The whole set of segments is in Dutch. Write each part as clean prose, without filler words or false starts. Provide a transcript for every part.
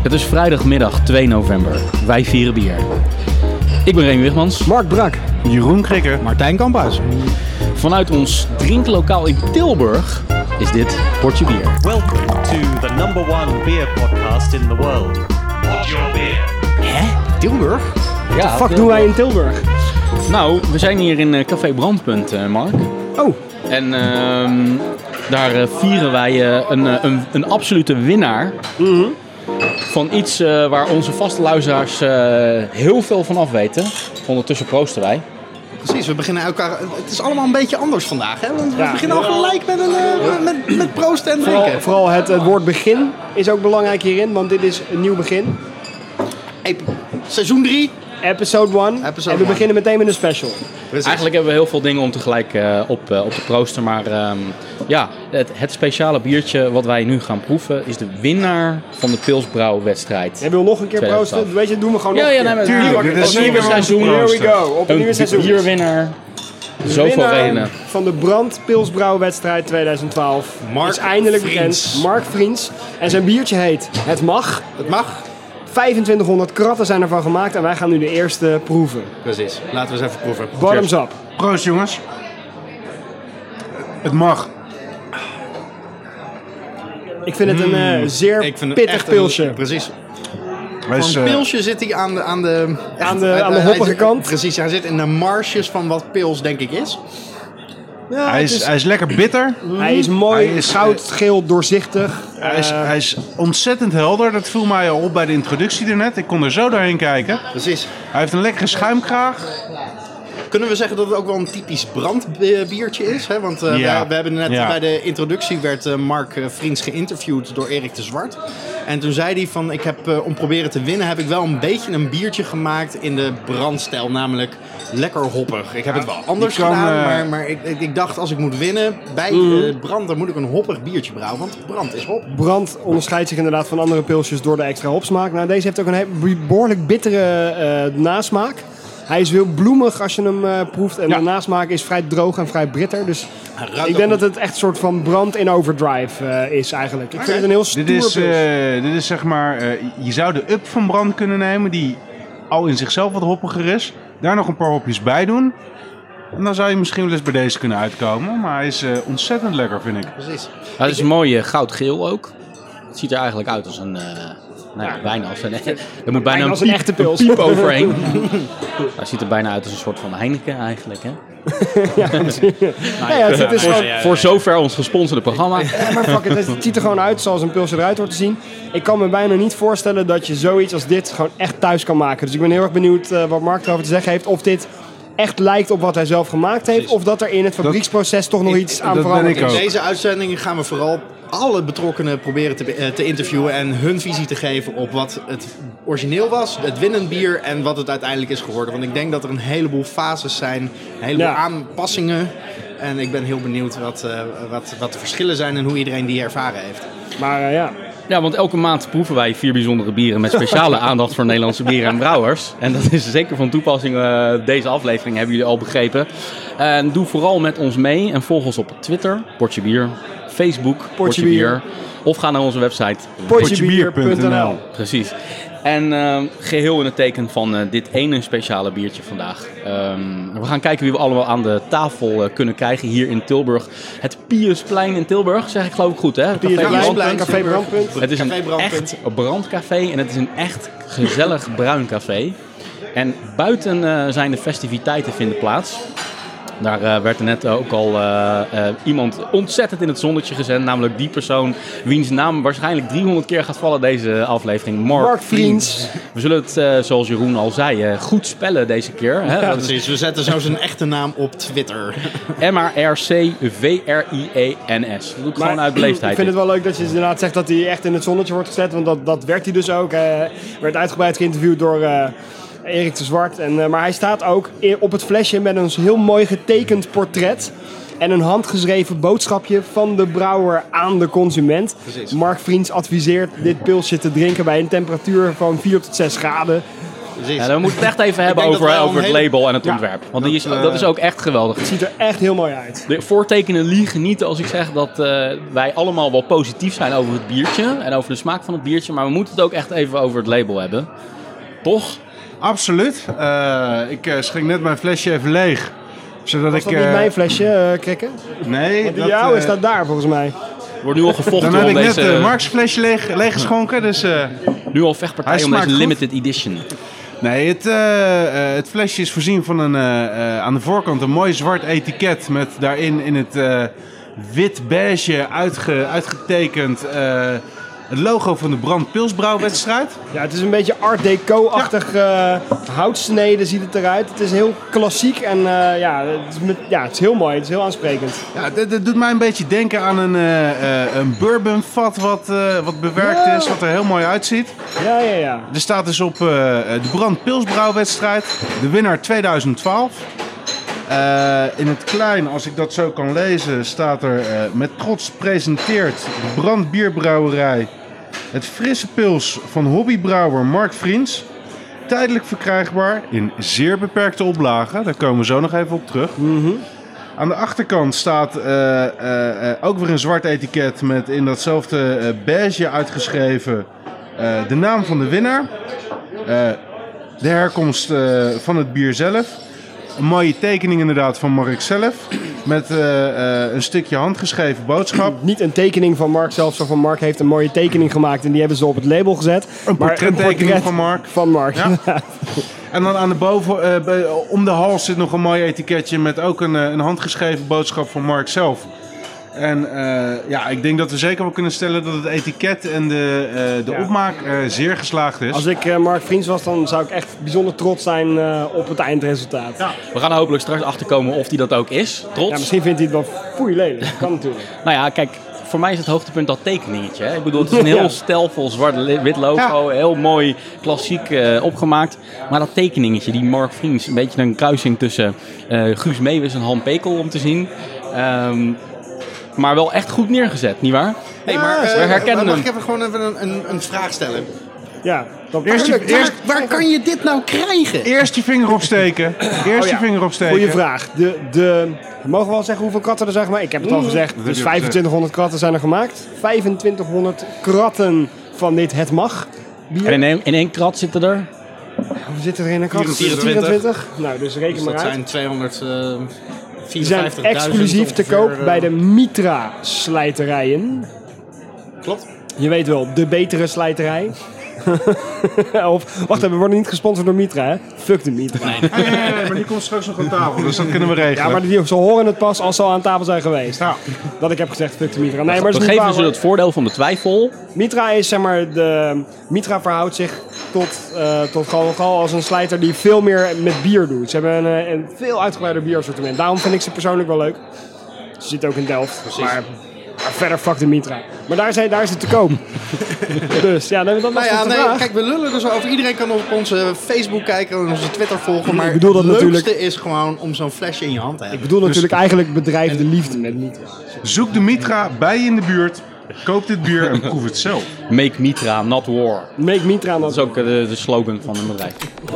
Het is vrijdagmiddag 2 november. Wij vieren bier. Ik ben Remy Wigmans. Mark Brak. Jeroen Krikker. Martijn Kamphuis. Vanuit ons drinklokaal in Tilburg is dit Portje Bier. Welcome to the number one beer podcast in the world. What's your beer? Tilburg? Ja, Fuck doen wij in Tilburg? Nou, we zijn hier in Café Brandpunt, Mark. Oh. En daar vieren wij een absolute winnaar. Mm-hmm. Van iets waar onze vaste luisteraars heel veel van af weten. Ondertussen proosten wij. Precies, we beginnen elkaar. Het is allemaal een beetje anders vandaag, hè? Want we beginnen al gelijk met proosten en drinken. Vooral het woord begin is ook belangrijk hierin, want dit is een nieuw begin. Seizoen 3. Episode 1. En we beginnen meteen met een special. Precies. Eigenlijk hebben we heel veel dingen om tegelijk op te proosten. Maar het speciale biertje wat wij nu gaan proeven is de winnaar van de Pilsbrouwwedstrijd. Jij wil nog een keer proosten? Weet je, doen we gewoon nog een keer. Tuurlijk. Dit is een nieuwe seizoen. Here we go. Op een nieuwe seizoen. Bierwinnaar. Zoveel redenen. Van de Brand Pilsbrouwwedstrijd 2012 is eindelijk bekend. Mark Vriends. En zijn biertje heet Het Mag. Het Mag. 2500 kratten zijn ervan gemaakt en wij gaan nu de eerste proeven. Precies, laten we eens even proeven. Bottoms up. Proost jongens. Het mag. Ik vind het een zeer pittig pilsje. Precies. Voor een pilsje zit hij aan de hoppige kant. Precies, hij zit in de marges van wat pils denk ik is. Ja, hij is lekker bitter. Hij is mooi, goudgeel, doorzichtig. Hij is ontzettend helder. Dat viel mij al op bij de introductie daarnet. Ik kon er zo doorheen kijken. Precies. Hij heeft een lekkere schuimkraag. Kunnen we zeggen dat het ook wel een typisch brandbiertje is? Hè? Want we hebben net bij de introductie werd Mark Vriends geïnterviewd door Erik de Zwart. En toen zei hij van, om proberen te winnen heb ik wel een beetje een biertje gemaakt in de brandstijl. Namelijk lekker hoppig. Ik heb het wel anders gedaan, maar ik dacht als ik moet winnen bij brand, dan moet ik een hoppig biertje brouwen. Want brand is hop. Brand onderscheidt zich inderdaad van andere pilsjes door de extra hopsmaak. Nou, deze heeft ook een behoorlijk bittere nasmaak. Hij is heel bloemig als je hem proeft. En de nasmaak is vrij droog en vrij bitter. Dus ik denk dat het echt een soort van brand in overdrive is eigenlijk. Ik vind het een heel stoer pils. Dit is zeg maar... je zou de up van brand kunnen nemen. Die al in zichzelf wat hoppiger is. Daar nog een paar hopjes bij doen. En dan zou je misschien wel eens bij deze kunnen uitkomen. Maar hij is ontzettend lekker, vind ik. Precies. Het is een mooie goudgeel ook. Het ziet er eigenlijk uit als een... bijna als een... Er moet bijna een echte pils. Piep overheen. Hij ziet er bijna uit als een soort van Heineken eigenlijk, hè? Het is gewoon... Voor zover ons gesponsorde programma. Ja, maar fuck it, het ziet er gewoon uit zoals een pilsje eruit hoort te zien. Ik kan me bijna niet voorstellen dat je zoiets als dit gewoon echt thuis kan maken. Dus ik ben heel erg benieuwd wat Mark erover te zeggen heeft. Of dit echt lijkt op wat hij zelf gemaakt heeft. Precies. Of dat er in het fabrieksproces toch nog iets aan veranderd is. In deze uitzending gaan we vooral alle betrokkenen proberen te interviewen en hun visie te geven op wat het origineel was, het winnend bier en wat het uiteindelijk is geworden. Want ik denk dat er een heleboel fases zijn, een heleboel aanpassingen. En ik ben heel benieuwd wat de verschillen zijn en hoe iedereen die ervaren heeft. Maar Ja, want elke maand proeven wij 4 bijzondere bieren met speciale aandacht voor Nederlandse bieren en brouwers. En dat is zeker van toepassing. Deze aflevering hebben jullie al begrepen. En doe vooral met ons mee en volg ons op Twitter, Portje Bier, Facebook, Portje Bier. Of ga naar onze website, portjebier.nl. Precies. En geheel in het teken van dit ene speciale biertje vandaag. We gaan kijken wie we allemaal aan de tafel kunnen krijgen hier in Tilburg. Het Piusplein in Tilburg, zeg ik geloof ik goed, hè? Café Brandpunt. Het is een echt brandcafé en het is een echt gezellig bruin café. En buiten zijn de festiviteiten vinden plaats. Daar werd er net ook al iemand ontzettend in het zonnetje gezet. Namelijk die persoon wiens naam waarschijnlijk 300 keer gaat vallen deze aflevering. Mark Vriends. We zullen het, zoals Jeroen al zei, goed spellen deze keer. Hè? Ja, precies. We zetten zo zijn echte naam op Twitter. MARCVRIENS. Dat doe ik gewoon uit beleefdheid. Ik vind het wel leuk dat je inderdaad zegt dat hij echt in het zonnetje wordt gezet. Want dat werkt hij dus ook. Werd uitgebreid geïnterviewd door Erik de Zwart. Maar hij staat ook op het flesje met een heel mooi getekend portret. En een handgeschreven boodschapje van de brouwer aan de consument. Precies. Mark Vriends adviseert dit pilsje te drinken bij een temperatuur van 4 tot 6 graden. precies. We moeten het echt even hebben denk dat wij al over het een hele- label en het ontwerp. Want dat is ook echt geweldig. Het ziet er echt heel mooi uit. De voortekenen liegen niet als ik zeg dat wij allemaal wel positief zijn over het biertje. En over de smaak van het biertje. Maar we moeten het ook echt even over het label hebben. Toch? Absoluut. Ik schenk net mijn flesje even leeg. Zodat Was dat niet mijn flesje, Krikke? Nee. Want die jouwe staat daar volgens mij. Er wordt nu al gevochten Dan heb om ik net deze... Mark's flesje leeg geschonken. Dus, Nu al vechtpartij Hij om deze smaakt goed. limited edition. nee, het flesje is voorzien van aan de voorkant een mooi zwart etiket. Met daarin in het wit-beige uitgetekend het logo van de Brand Pilsbrouwwedstrijd. Ja, het is een beetje art deco-achtig houtsnede ziet het eruit. Het is heel klassiek en het is heel mooi. Het is heel aansprekend. Ja, dat doet mij een beetje denken aan een bourbonvat wat bewerkt is, wat er heel mooi uitziet. Ja. Er staat dus op de Brand Pilsbrouwwedstrijd, de winnaar 2012. In het klein, als ik dat zo kan lezen, staat er met trots presenteert de Brand Bierbrouwerij het frisse pils van hobbybrouwer Mark Vriends. Tijdelijk verkrijgbaar in zeer beperkte oplagen. Daar komen we zo nog even op terug. Aan de achterkant staat ook weer een zwart etiket met in datzelfde beige uitgeschreven de naam van de winnaar. De herkomst van het bier zelf. Een mooie tekening inderdaad van Mark zelf. Met een stukje handgeschreven boodschap. Niet een tekening van Mark zelf. Zo van Mark heeft een mooie tekening gemaakt en die hebben ze op het label gezet. Een portrettekening van Mark. Van Mark. Ja. En dan aan de om de hals zit nog een mooi etiketje met ook een handgeschreven boodschap van Mark zelf. En ik denk dat we zeker wel kunnen stellen dat het etiket en de opmaak zeer geslaagd is. Als ik Mark Vriends was, dan zou ik echt bijzonder trots zijn op het eindresultaat. Ja. We gaan er hopelijk straks achterkomen of die dat ook is. Trots. Misschien vindt hij het wel foei lelijk. Kan natuurlijk. Nou ja, kijk, voor mij is het hoogtepunt dat tekeningetje. Hè? Ik bedoel, het is een heel stijlvol zwart-wit logo. Heel mooi klassiek opgemaakt. Maar dat tekeningetje, die Mark Vriends, een beetje een kruising tussen Guus Meeuwis en Han Pekel om te zien. Maar wel echt goed neergezet, nietwaar? Hey, maar we herkennen mag hem. ik even gewoon een vraag stellen? Ja, Waar kan je dit nou krijgen? Eerst je vinger opsteken. Je vinger opsteken. Goeie vraag. We mogen wel zeggen hoeveel kratten er zijn gemaakt? Ik heb het al gezegd. Dus 2500 kratten zijn er gemaakt. 2500 kratten van dit Het Mag bier. En in één krat zitten er... Hoeveel zitten er in een krat? 24. Nou, dus reken Dus maar dat uit. zijn 254.000. Die zijn exclusief te koop bij de Mitra slijterijen. Klopt. Je weet wel, de betere slijterij. Of, wacht even, we worden niet gesponsord door Mitra, hè? Fuck de Mitra. Nee, maar die komt straks nog aan tafel, dus dat kunnen we regelen. Ja, maar ze horen het pas als ze al aan tafel zijn geweest. Ja. Dat ik heb gezegd, fuck de Mitra. Nee, maar We geven ze het voordeel van de twijfel. Mitra is, zeg maar, Mitra verhoudt zich tot gewoon als een slijter die veel meer met bier doet. Ze hebben een veel uitgebreider bierassortiment. Daarom vind ik ze persoonlijk wel leuk. Ze zitten ook in Delft. Maar verder fuck de Mitra. Maar daar is het te koop. Dus ja, dat was de vraag. Kijk, we lullen er zo over. Iedereen kan op onze Facebook kijken en onze Twitter volgen. Maar Ik bedoel dat het leukste natuurlijk- is gewoon om zo'n flesje in je hand te hebben. Ik bedoel natuurlijk eigenlijk bedrijf de liefde met Mitra. Zoek de Mitra bij je in de buurt. Koop dit bier en proef het zelf. Make Mitra, not war. Make Mitra Dat dat is ook de slogan van een bedrijf.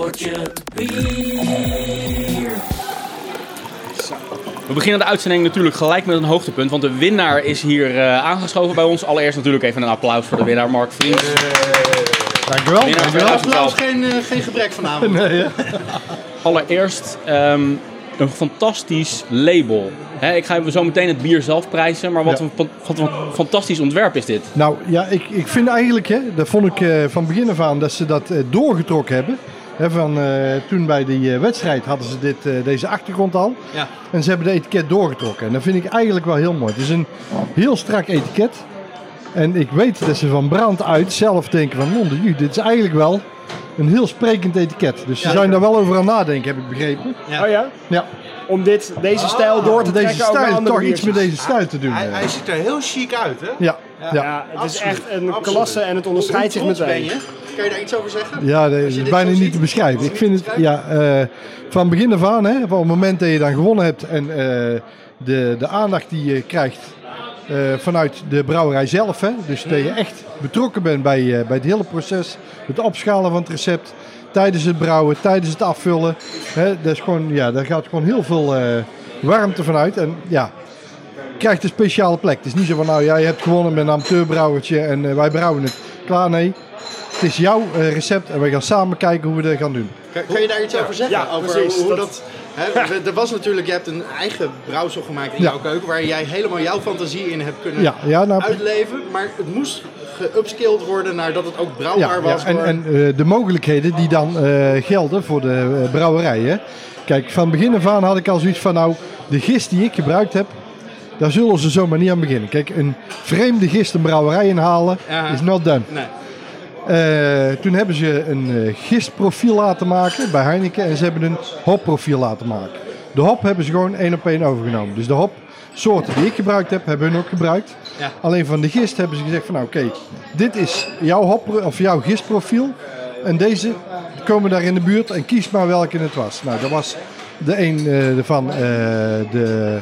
We beginnen de uitzending natuurlijk gelijk met een hoogtepunt. Want de winnaar is hier aangeschoven bij ons. Allereerst natuurlijk even een applaus voor de winnaar, Mark Vriends. Dankjewel. Winnaar Dankjewel. 2012. Applaus, geen gebrek vanavond. Allereerst een fantastisch label. Ik ga even zo meteen het bier zelf prijzen. Maar wat een fantastisch ontwerp is dit. Nou ja, ik vind eigenlijk, dat vond ik van begin af aan, dat ze dat doorgetrokken hebben. Toen bij die wedstrijd hadden ze deze achtergrond al. Ja. En ze hebben de etiket doorgetrokken. En dat vind ik eigenlijk wel heel mooi. Het is een heel strak etiket. En ik weet dat ze van brand uit zelf denken van dit is eigenlijk wel een heel sprekend etiket. Dus ze zijn daar wel over aan nadenken, heb ik begrepen. Oh ja? Ja. Om deze stijl door te Deze trekken ook naar stijl, andere toch iets met biertjes. deze stijl te doen. Hij ziet er heel chic uit, hè? Ja. Ja, het is absoluut. echt een Absoluut. klasse en het onderscheidt zich Hoe trots meteen. ben je? Kan je daar iets over zeggen? Ja, dat je is dit bijna zo niet ziet? te beschrijven. Als Ik vind niet het, te van begin af aan, van het moment dat je dan gewonnen hebt en de aandacht die je krijgt vanuit de brouwerij zelf. Hè? Dus dat je echt betrokken bent bij het hele proces. Het opschalen van het recept. Tijdens het brouwen, tijdens het afvullen. Hè? Dat is gewoon, daar gaat gewoon heel veel warmte vanuit. En ja, krijgt een speciale plek. Het is niet zo van, je hebt gewonnen met een amateurbrouwertje en wij brouwen het. Klaar, nee. Het is jouw recept en wij gaan samen kijken hoe we dat gaan doen. Kan je daar iets over zeggen? Ja, over precies. Hoe dat... Er was natuurlijk, je hebt een eigen brouwsel gemaakt in jouw keuken, waar jij helemaal jouw fantasie in hebt kunnen uitleven. Maar het moest geupskilled worden naar dat het ook brouwbaar was. En de mogelijkheden die dan gelden voor de brouwerijen. Kijk, van begin af aan had ik al zoiets van, de gist die ik gebruikt heb, daar zullen ze zomaar niet aan beginnen. Kijk, een vreemde gist een brouwerij inhalen is not done. Nee. Toen hebben ze een gistprofiel laten maken bij Heineken en ze hebben een hopprofiel laten maken. De hop hebben ze gewoon 1 op 1 overgenomen. Dus de hopsoorten die ik gebruikt heb, hebben hun ook gebruikt. Ja. Alleen van de gist hebben ze gezegd van oké, dit is jouw gistprofiel en deze komen daar in de buurt en kies maar welke het was. Nou, dat was de een van hoe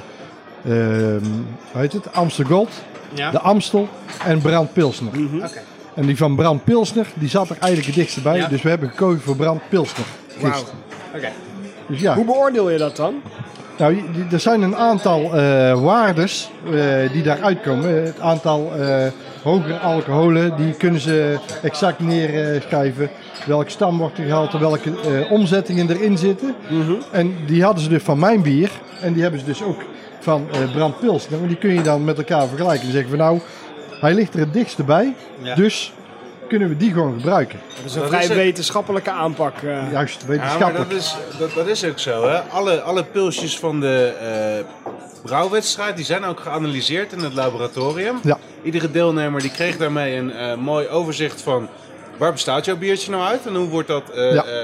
heet het? Amstel Gold, de Amstel en Brand Pilsner. Okay. En die van Brand Pilsner, die zat er eigenlijk het dichtst bij. Ja. Dus we hebben gekozen voor Brand Pilsner. Wauw. Okay. Dus ja. Hoe beoordeel je dat dan? Nou, er zijn een aantal waardes die daaruit komen. Het aantal hogere alcoholen, die kunnen ze exact neerschrijven. Welke stamwortelgehalte, welke omzettingen erin zitten. En die hadden ze dus van mijn bier. En die hebben ze dus ook van Brand Pilsner. En die kun je dan met elkaar vergelijken. En zeggen van hij ligt er het dichtst bij, dus kunnen we die gewoon gebruiken. Dat is een vrij wetenschappelijke aanpak. Juist, wetenschappelijk. Maar dat is ook zo. Hè? Alle pilsjes van de brouwwedstrijd die zijn ook geanalyseerd in het laboratorium. Ja. Iedere deelnemer die kreeg daarmee een mooi overzicht van waar bestaat jouw biertje nou uit en hoe wordt dat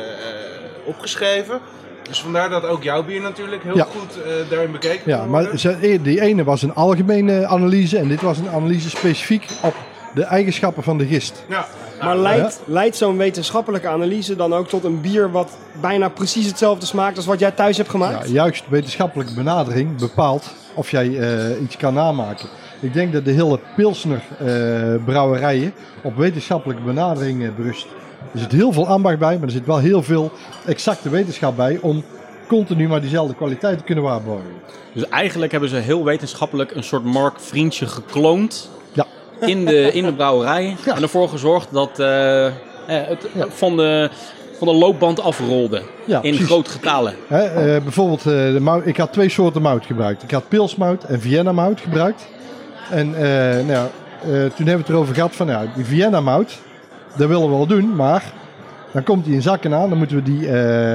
opgeschreven. Dus vandaar dat ook jouw bier natuurlijk heel goed daarin bekeken kan worden. Maar die ene was een algemene analyse en dit was een analyse specifiek op de eigenschappen van de gist. Ja. Maar leidt zo'n wetenschappelijke analyse dan ook tot een bier wat bijna precies hetzelfde smaakt als wat jij thuis hebt gemaakt? Ja, juist wetenschappelijke benadering bepaalt of jij iets kan namaken. Ik denk dat de hele Pilsner brouwerijen op wetenschappelijke benadering berust. Er zit heel veel ambacht bij, maar er zit wel heel veel exacte wetenschap bij om continu maar diezelfde kwaliteit te kunnen waarborgen. Dus eigenlijk hebben ze heel wetenschappelijk een soort Mark Vriendje gekloond in de brouwerij. Ja. En ervoor gezorgd dat het van de loopband afrolde in precies. Grote getalen. Bijvoorbeeld, ik had 2 soorten mout gebruikt. Ik had pilsmout en Vienna mout gebruikt. En toen hebben we het erover gehad van die Vienna mout, dat willen we wel doen, maar dan komt die in zakken aan. Dan moeten we die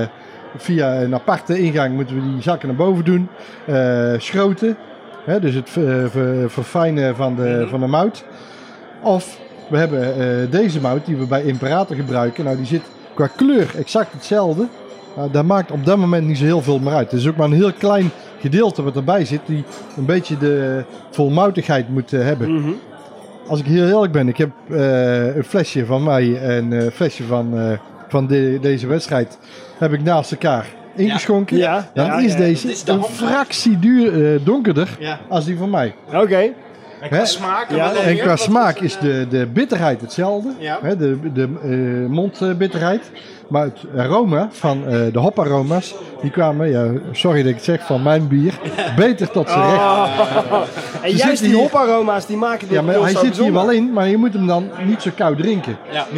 via een aparte ingang moeten we die zakken naar boven doen. Schroten, dus het verfijnen van de mout. Of we hebben deze mout die we bij Imperator gebruiken. Nou, die zit qua kleur exact hetzelfde. Daar maakt op dat moment niet zo heel veel meer uit. Het is ook maar een heel klein gedeelte wat erbij zit die een beetje de volmoutigheid moet hebben. Als ik heel eerlijk ben, ik heb een flesje van mij en een flesje van deze wedstrijd heb ik naast elkaar ingeschonken. Dan is deze een fractie donkerder als die van mij. Oké. En qua smaak? En qua smaak is de bitterheid hetzelfde. De mondbitterheid. Maar het aroma van de hoparoma's, die kwamen, sorry dat ik het zeg, van mijn bier, beter tot zijn recht. En juist die hoparoma's, die maken dit maar hij zit hier wel in, maar je moet hem dan niet zo koud drinken.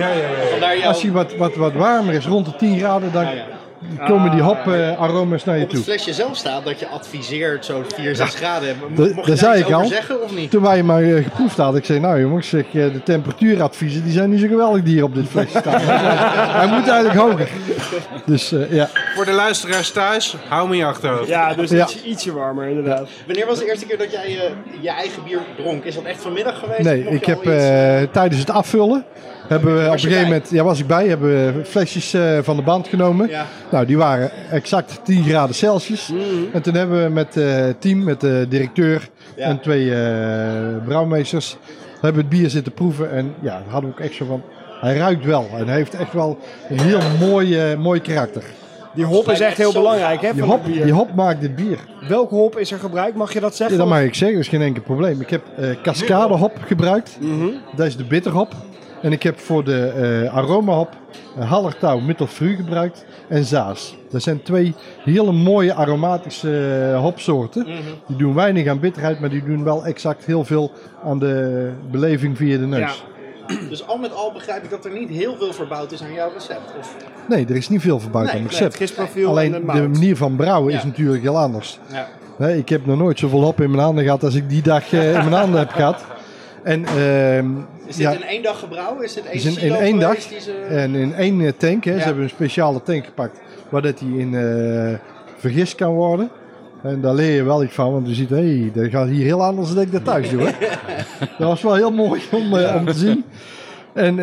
Als hij wat warmer is, rond de 10 graden, dan komen die hoparoma's naar je toe. Op het flesje zelf staat dat je adviseert zo'n 4-6 graden. Mocht je daar iets over zeggen of niet? Toen wij maar geproefd hadden, ik zei, nou jongens, de temperatuuradviezen die zijn niet zo geweldig die hier op dit flesje staan. Hij moet eigenlijk hoger. Dus Voor de luisteraars thuis, hou me in je achterhoofd. Ja, dus ietsje warmer inderdaad. Wanneer was de eerste keer dat jij je eigen bier dronk? Is dat echt vanmiddag geweest? Nee, ik heb tijdens het afvullen hebben we op een gegeven moment, was ik bij, hebben we flesjes van de band genomen. Ja. Nou, die waren exact 10 graden Celsius. En toen hebben we met het team, met de directeur en 2 brouwmeesters, hebben we het bier zitten proeven. En ja, hadden we ook echt zo van, hij ruikt wel. En hij heeft echt wel een heel mooi karakter. Die hop is echt heel belangrijk, hè? Die hop maakt dit bier. Welke hop is er gebruikt? Mag je dat zeggen? Ja, dat mag ik zeggen, dat is geen enkel probleem. Ik heb cascadehop gebruikt. Dat is de bitterhop. En ik heb voor de aromahop Hallertau Mittelfrüh gebruikt en Zaas. Dat zijn 2 hele mooie aromatische hopsoorten. Die doen weinig aan bitterheid, maar die doen wel exact heel veel aan de beleving via de neus. Ja. Dus al met al begrijp ik dat er niet heel veel verbouwd is aan jouw recept. Of... Nee, er is niet veel verbouwd aan het recept. Het gistprofiel alleen en de manier van brouwen is natuurlijk heel anders. Ik heb nog nooit zoveel hop in mijn handen gehad als ik die dag in mijn handen heb gehad. En, is dit in 1 dag gebrouwen? Is dit in 1 dag en in 1 tank. Hè. Ze hebben een speciale tank gepakt waar dat die in vergist kan worden. En daar leer je wel iets van, want je ziet, dat gaat hier heel anders dan ik dat thuis doe. Hè. Dat was wel heel mooi om te zien. En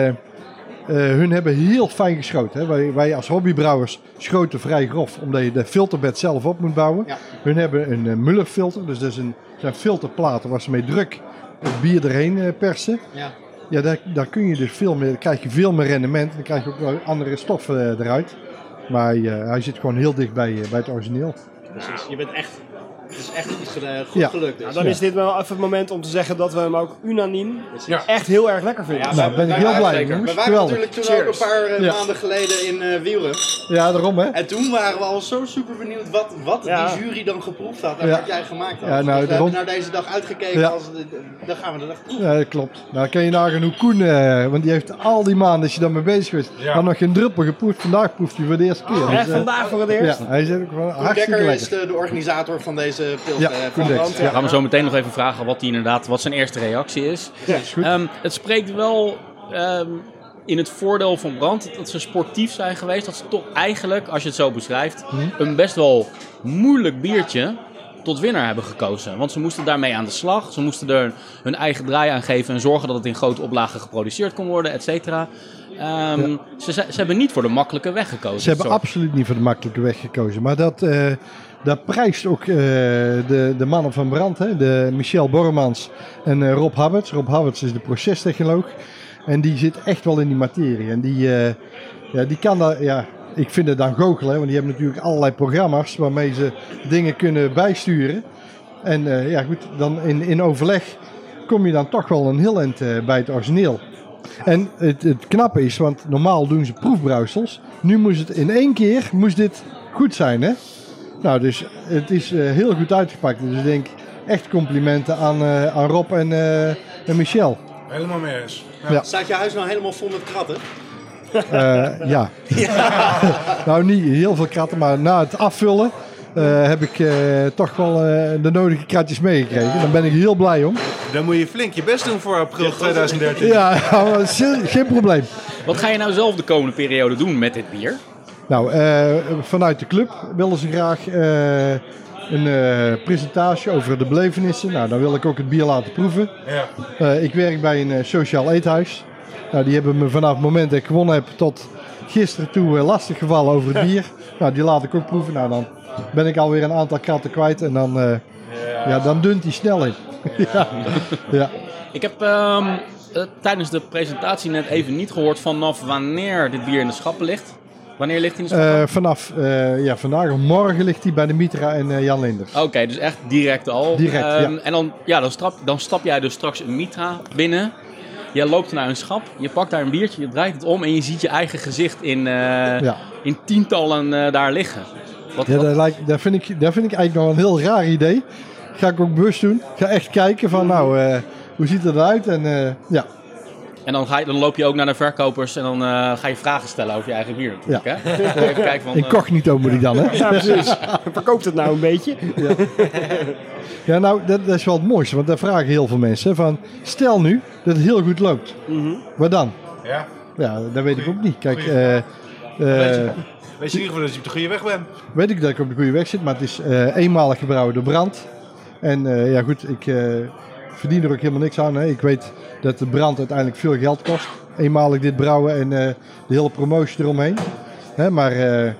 hun hebben heel fijn geschoten. Hè. Wij als hobbybrouwers schoten vrij grof, omdat je de filterbed zelf op moet bouwen. Ja. Hun hebben een Muller filter, dus dat zijn filterplaten waar ze mee druk het bier erheen persen. Ja, daar kun je dus veel meer, dan krijg je veel meer rendement. Dan krijg je ook wel andere stoffen eruit. Maar hij zit gewoon heel dicht bij het origineel. Precies, je bent echt... Het is echt goed gelukt. Dus. Dan is dit wel even het moment om te zeggen dat we hem ook unaniem echt heel erg lekker vinden. Ja, nou, ben ik heel blij. We waren natuurlijk toen ook een paar maanden geleden in Wielren. Ja, daarom hè. En toen waren we al zo super benieuwd wat die jury dan geproefd had en wat jij gemaakt had. Ja, nou, dus we hebben naar deze dag uitgekeken. Dan gaan we de dag proeven. Ja, dat klopt. Nou kan je nagaan hoe Koen, want die heeft al die maanden, is je dan mee bezig geweest, had nog geen druppel geproefd. Vandaag proeft hij voor de eerste keer. Echt vandaag voor het eerst? Ja, hij zit ook gewoon hartstikke Dekker lekker. is de organisator van deze pils. We gaan we zo meteen nog even vragen wat zijn eerste reactie is. Ja, is goed. Het spreekt wel in het voordeel van Brand dat ze sportief zijn geweest. Dat ze toch eigenlijk, als je het zo beschrijft, een best wel moeilijk biertje tot winnaar hebben gekozen. Want ze moesten daarmee aan de slag. Ze moesten er hun eigen draai aan geven en zorgen dat het in grote oplagen geproduceerd kon worden, et cetera. Ze hebben niet voor de makkelijke weg gekozen. Ze hebben absoluut niet voor de makkelijke weg gekozen. Maar dat prijst ook de mannen van Brand. Hè? De Michel Bormans en Rob Habberts. Rob Habberts is de procestechnoloog. En die zit echt wel in die materie. En die kan daar... Ja, ik vind het dan goochelen. Want die hebben natuurlijk allerlei programma's waarmee ze dingen kunnen bijsturen. En goed, dan in overleg kom je dan toch wel een heel eind bij het origineel. En het knappe is, want normaal doen ze proefbrouwsels. Nu moest het in 1 keer dit goed zijn, hè? Nou, dus het is heel goed uitgepakt. Dus ik denk echt complimenten aan Rob en Michel. Helemaal mee eens. Ja. Staat je huis nou helemaal vol met kratten? Ja. Nou, niet heel veel kratten, maar na het afvullen heb ik toch wel de nodige kratjes meegekregen. Daar ben ik heel blij om. Dan moet je flink je best doen voor april 2013. Ja, geen probleem. Wat ga je nou zelf de komende periode doen met dit bier? Nou, vanuit de club willen ze graag een presentatie over de belevenissen. Nou, dan wil ik ook het bier laten proeven. Ja. Ik werk bij een sociaal eethuis. Nou, die hebben me vanaf het moment dat ik gewonnen heb tot gisteren toe lastig gevallen over het bier. Nou, die laat ik ook proeven. Nou, dan ben ik alweer een aantal kratten kwijt en dan dunt die snel in. Ja. Ik heb tijdens de presentatie net even niet gehoord vanaf wanneer dit bier in de schappen ligt. Wanneer ligt hij in de schappen? Vanaf vandaag of morgen ligt hij bij de Mitra en Jan Linders. Oké, dus echt direct al. Direct, ja. En dan stap jij dus straks een Mitra binnen. Je loopt naar een schap, je pakt daar een biertje, je draait het om en je ziet je eigen gezicht in tientallen daar liggen. Dat vind ik eigenlijk nog een heel raar idee. Ga ik ook bewust doen. Ga echt kijken van hoe ziet het eruit en ja. En dan loop je ook naar de verkopers en dan ga je vragen stellen over je eigen bier natuurlijk. Ja. Hè? Even kijken van, incognito moet hij dan, hè? Ja, precies. Verkoopt het nou een beetje? Ja. Ja, nou, dat is wel het mooiste, want daar vragen heel veel mensen. Van, stel nu dat het heel goed loopt. Wat dan? Ja. Ja, dat weet ik ook niet. Kijk, weet je in ieder geval dat je op de goede weg bent. Weet ik dat ik op de goede weg zit, maar het is eenmalig gebrouwen door Brand. En goed, ik verdien er ook helemaal niks aan. Hè. Ik weet dat de Brand uiteindelijk veel geld kost. Eenmalig dit brouwen en de hele promotie eromheen. Hè, maar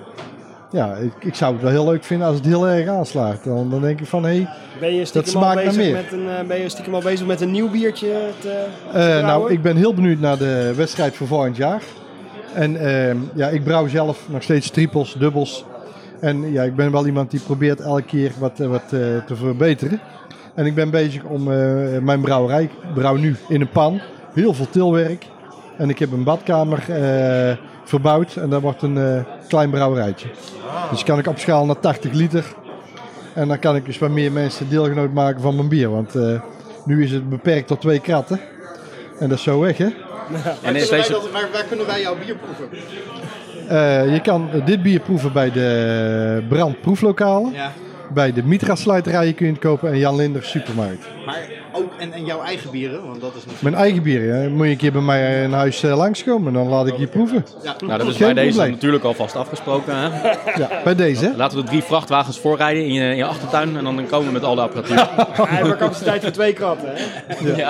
ik zou het wel heel leuk vinden als het heel erg aanslaat. Dan denk ik van, dat smaakt naar meer. Ben je stiekem al bezig met een nieuw biertje te nou, ik ben heel benieuwd naar de wedstrijd voor volgend jaar. En ik brouw zelf nog steeds triples, dubbels. En ja, ik ben wel iemand die probeert elke keer wat te verbeteren. En ik ben bezig om mijn brouwerij, ik brouw nu in een pan, heel veel tilwerk. En ik heb een badkamer verbouwd en daar wordt een klein brouwerijtje. Dus kan ik opschalen naar 80 liter. En dan kan ik dus bij meer mensen deelgenoot maken van mijn bier. Want nu is het beperkt tot 2 kratten. En dat is zo weg, hè? Waar kunnen wij jouw bier proeven? Je kan dit bier proeven bij de brandproeflokalen. Ja. Bij de Mitra-slijterijen kun je het kopen en Jan Linders supermarkt. Maar ook en jouw eigen bieren? Want dat is natuurlijk... Mijn eigen bieren, ja. Moet je een keer bij mij in huis langskomen, dan laat ik je proeven. Ja. Nou, dat is bij deze natuurlijk alvast afgesproken. Hè? Ja, bij deze. Hè? Laten we 3 vrachtwagens voorrijden in je achtertuin en dan komen we met al de apparatuur. Ja, maar capaciteit voor 2 kratten, hè? Ja.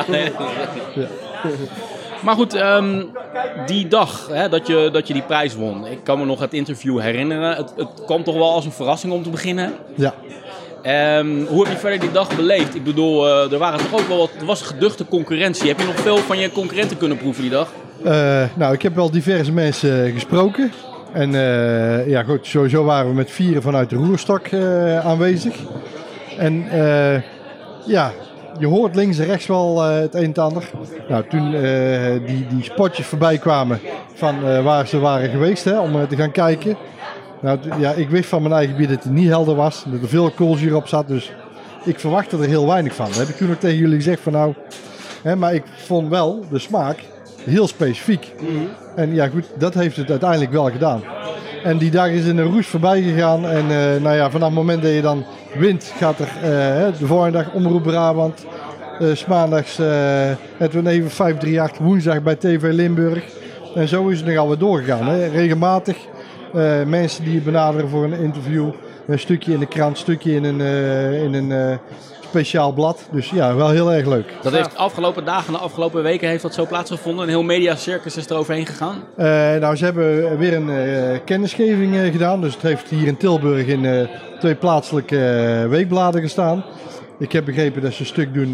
Maar goed, die dag hè, dat je die prijs won. Ik kan me nog het interview herinneren. Het kwam toch wel als een verrassing om te beginnen. Ja. Hoe heb je verder die dag beleefd? Ik bedoel, er waren toch ook wel er was geduchte concurrentie. Heb je nog veel van je concurrenten kunnen proeven die dag? Nou, ik heb wel diverse mensen gesproken. En ja goed, sowieso waren we met 4 vanuit de roerstok aanwezig. En ja... Je hoort links en rechts wel het een en het ander. Nou, toen die spotjes voorbij kwamen van waar ze waren geweest hè, om te gaan kijken. Nou, ja, ik wist van mijn eigen bier dat het niet helder was. Dat er veel koolzuur op zat. Dus ik verwachtte er heel weinig van. Dat heb ik toen ook tegen jullie gezegd van nou. Hè, maar ik vond wel de smaak heel specifiek. Mm-hmm. En ja goed, dat heeft het uiteindelijk wel gedaan. En die dag is in een roes voorbij gegaan. En nou ja, vanaf het moment dat je dan wint, gaat er de volgende dag Omroep Brabant. 's maandags het even 538, woensdag bij TV Limburg. En zo is het nog alweer doorgegaan. Hè. Regelmatig mensen die je benaderen voor een interview. Een stukje in de krant, een stukje in een speciaal blad. Dus ja, wel heel erg leuk. Dat heeft de afgelopen dagen, de afgelopen weken heeft dat zo plaatsgevonden. Een heel mediacircus is er overheen gegaan. Nou, ze hebben weer een kennisgeving gedaan. Dus het heeft hier in Tilburg in 2 plaatselijke weekbladen gestaan. Ik heb begrepen dat ze een stuk doen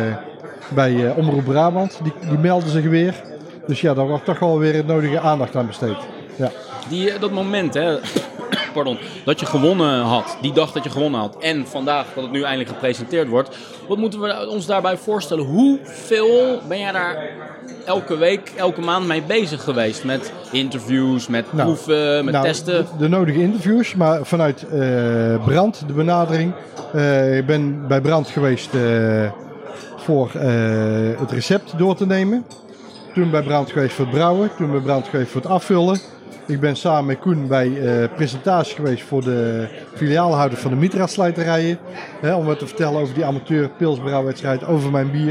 bij Omroep Brabant. Die melden zich weer. Dus ja, daar wordt toch wel weer het nodige aandacht aan besteed. Ja. Dat moment, hè, dat je gewonnen had, die dag dat je gewonnen had en vandaag dat het nu eindelijk gepresenteerd wordt. Wat moeten we ons daarbij voorstellen? Hoeveel ben jij daar elke week, elke maand mee bezig geweest? Met interviews, met proeven, met testen? De nodige interviews, maar vanuit Brand, de benadering. Ik ben bij Brand geweest voor het recept door te nemen. Toen bij Brand geweest voor het brouwen, toen bij Brand geweest voor het afvullen. Ik ben samen met Koen bij presentatie geweest voor de filiaalhouder van de Mitra-slijterijen. Om wat te vertellen over die amateur pilsbrouwwedstrijd, over mijn bier.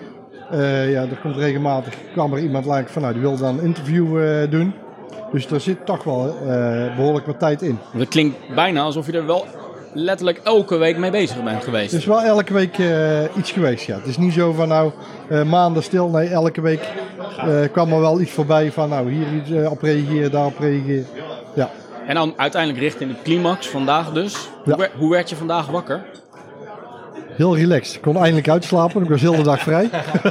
Ja, er komt regelmatig, kwam er iemand langs van, nou, die wilde dan een interview doen. Dus er zit toch wel behoorlijk wat tijd in. Dat klinkt bijna alsof je er wel letterlijk elke week mee bezig bent geweest. Het is wel elke week iets geweest, ja. Het is niet zo van nou maanden stil. Nee, elke week kwam er wel iets voorbij van nou hier iets op reageren, daarop reageren. Ja. En dan uiteindelijk richting de climax vandaag dus. Ja. Hoe werd je vandaag wakker? Heel relaxed. Ik kon eindelijk uitslapen. Ik was heel de dag vrij.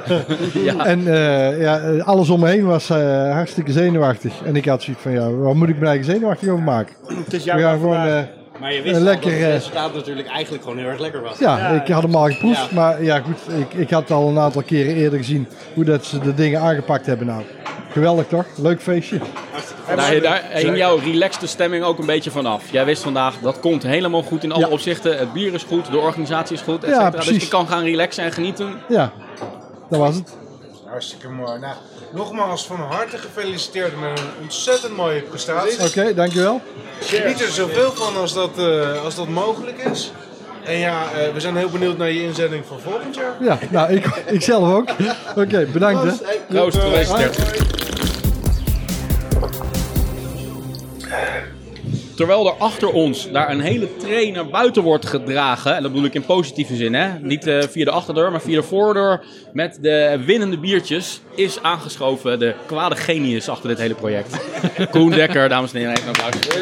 Ja. En ja, alles om me heen was hartstikke zenuwachtig. En ik had zoiets van ja, waar moet ik me eigen zenuwachtig over maken? Het is jouw gewoon maar je wist lekker, dat het resultaat natuurlijk eigenlijk gewoon heel erg lekker was. Ja, ik had hem al geproefd. Ja. Maar ja goed, ik had al een aantal keren eerder gezien hoe dat ze de dingen aangepakt hebben nou. Geweldig toch? Leuk feestje. Daar hing jouw relaxte stemming ook een beetje vanaf. Jij wist vandaag, dat komt helemaal goed in alle opzichten. Het bier is goed, de organisatie is goed, et cetera. Dus je kan gaan relaxen en genieten. Ja, dat was het. Hartstikke mooi. Nou, nogmaals van harte gefeliciteerd met een ontzettend mooie prestatie. Oké, dankjewel. Geniet er zoveel van als dat mogelijk is. En ja, we zijn heel benieuwd naar je inzending van volgend jaar. Ja, nou, ik zelf ook. Oké, bedankt hè. Proost, gefeliciteerd. Terwijl er achter ons daar een hele tray naar buiten wordt gedragen. En dat bedoel ik in positieve zin, hè. Niet via de achterdeur, maar via de voordeur. Met de winnende biertjes is aangeschoven de kwade genius achter dit hele project. Koen Dekker, dames en heren, even een applaus.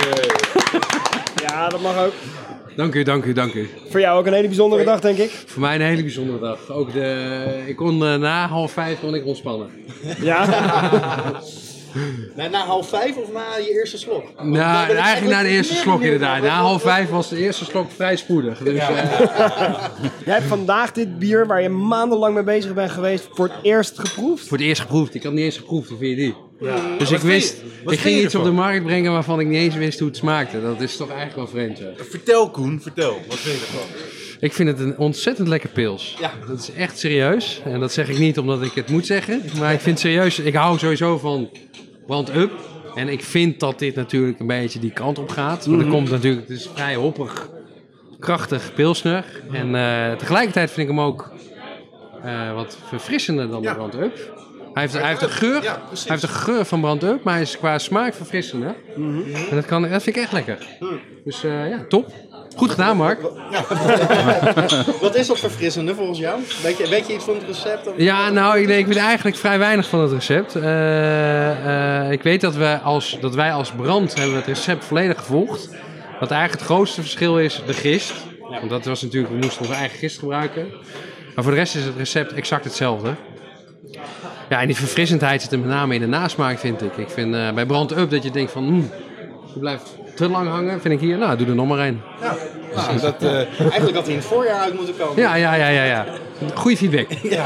Ja, dat mag ook. Dank u. Voor jou ook een hele bijzondere dag, denk ik. Voor mij een hele bijzondere dag. Ook ik kon na 4:30 kon ik ontspannen. Ja? Na 4:30 of na je eerste slok? Nou, eigenlijk na de eerste slok inderdaad. Na 4:30 was de eerste slok vrij spoedig. Dus, Jij hebt vandaag dit bier, waar je maandenlang mee bezig bent geweest, voor het eerst geproefd? voor het eerst geproefd. Ik had niet eens geproefd, hoe vind je die? Dus ik ging iets op de markt brengen waarvan ik niet eens wist hoe het smaakte. Dat is toch eigenlijk wel vreemd. Hè? Vertel Koen, vertel. Wat vind je ervan? Ik vind het een ontzettend lekker pils. Ja. Dat is echt serieus. En dat zeg ik niet omdat ik het moet zeggen. Maar ik vind het serieus. Ik hou sowieso van Brand Up. En ik vind dat dit natuurlijk een beetje die kant op gaat. Maar er komt natuurlijk, het is vrij hoppig, krachtig pilsner. En tegelijkertijd vind ik hem ook wat verfrissender dan de Brand Up. Hij heeft de geur van Brand Up, maar hij is qua smaak verfrissender. En dat vind ik echt lekker. Dus top. Goed gedaan, Mark. Wat is dat verfrissende volgens jou? Weet je iets van het recept? Of? Ja, nou, ik weet eigenlijk vrij weinig van het recept. Ik weet dat wij als Brand hebben het recept volledig gevolgd. Wat eigenlijk het grootste verschil is de gist. Want dat was natuurlijk, we moesten onze eigen gist gebruiken. Maar voor de rest is het recept exact hetzelfde. Ja, en die verfrissendheid zit er met name in de nasmaak, vind ik. Ik vind bij Brand Up dat je denkt van, je blijft te lang hangen, vind ik hier, doe er nog maar één. Ja. Eigenlijk had hij in het voorjaar uit moeten komen. Ja. Goeie feedback. Nou,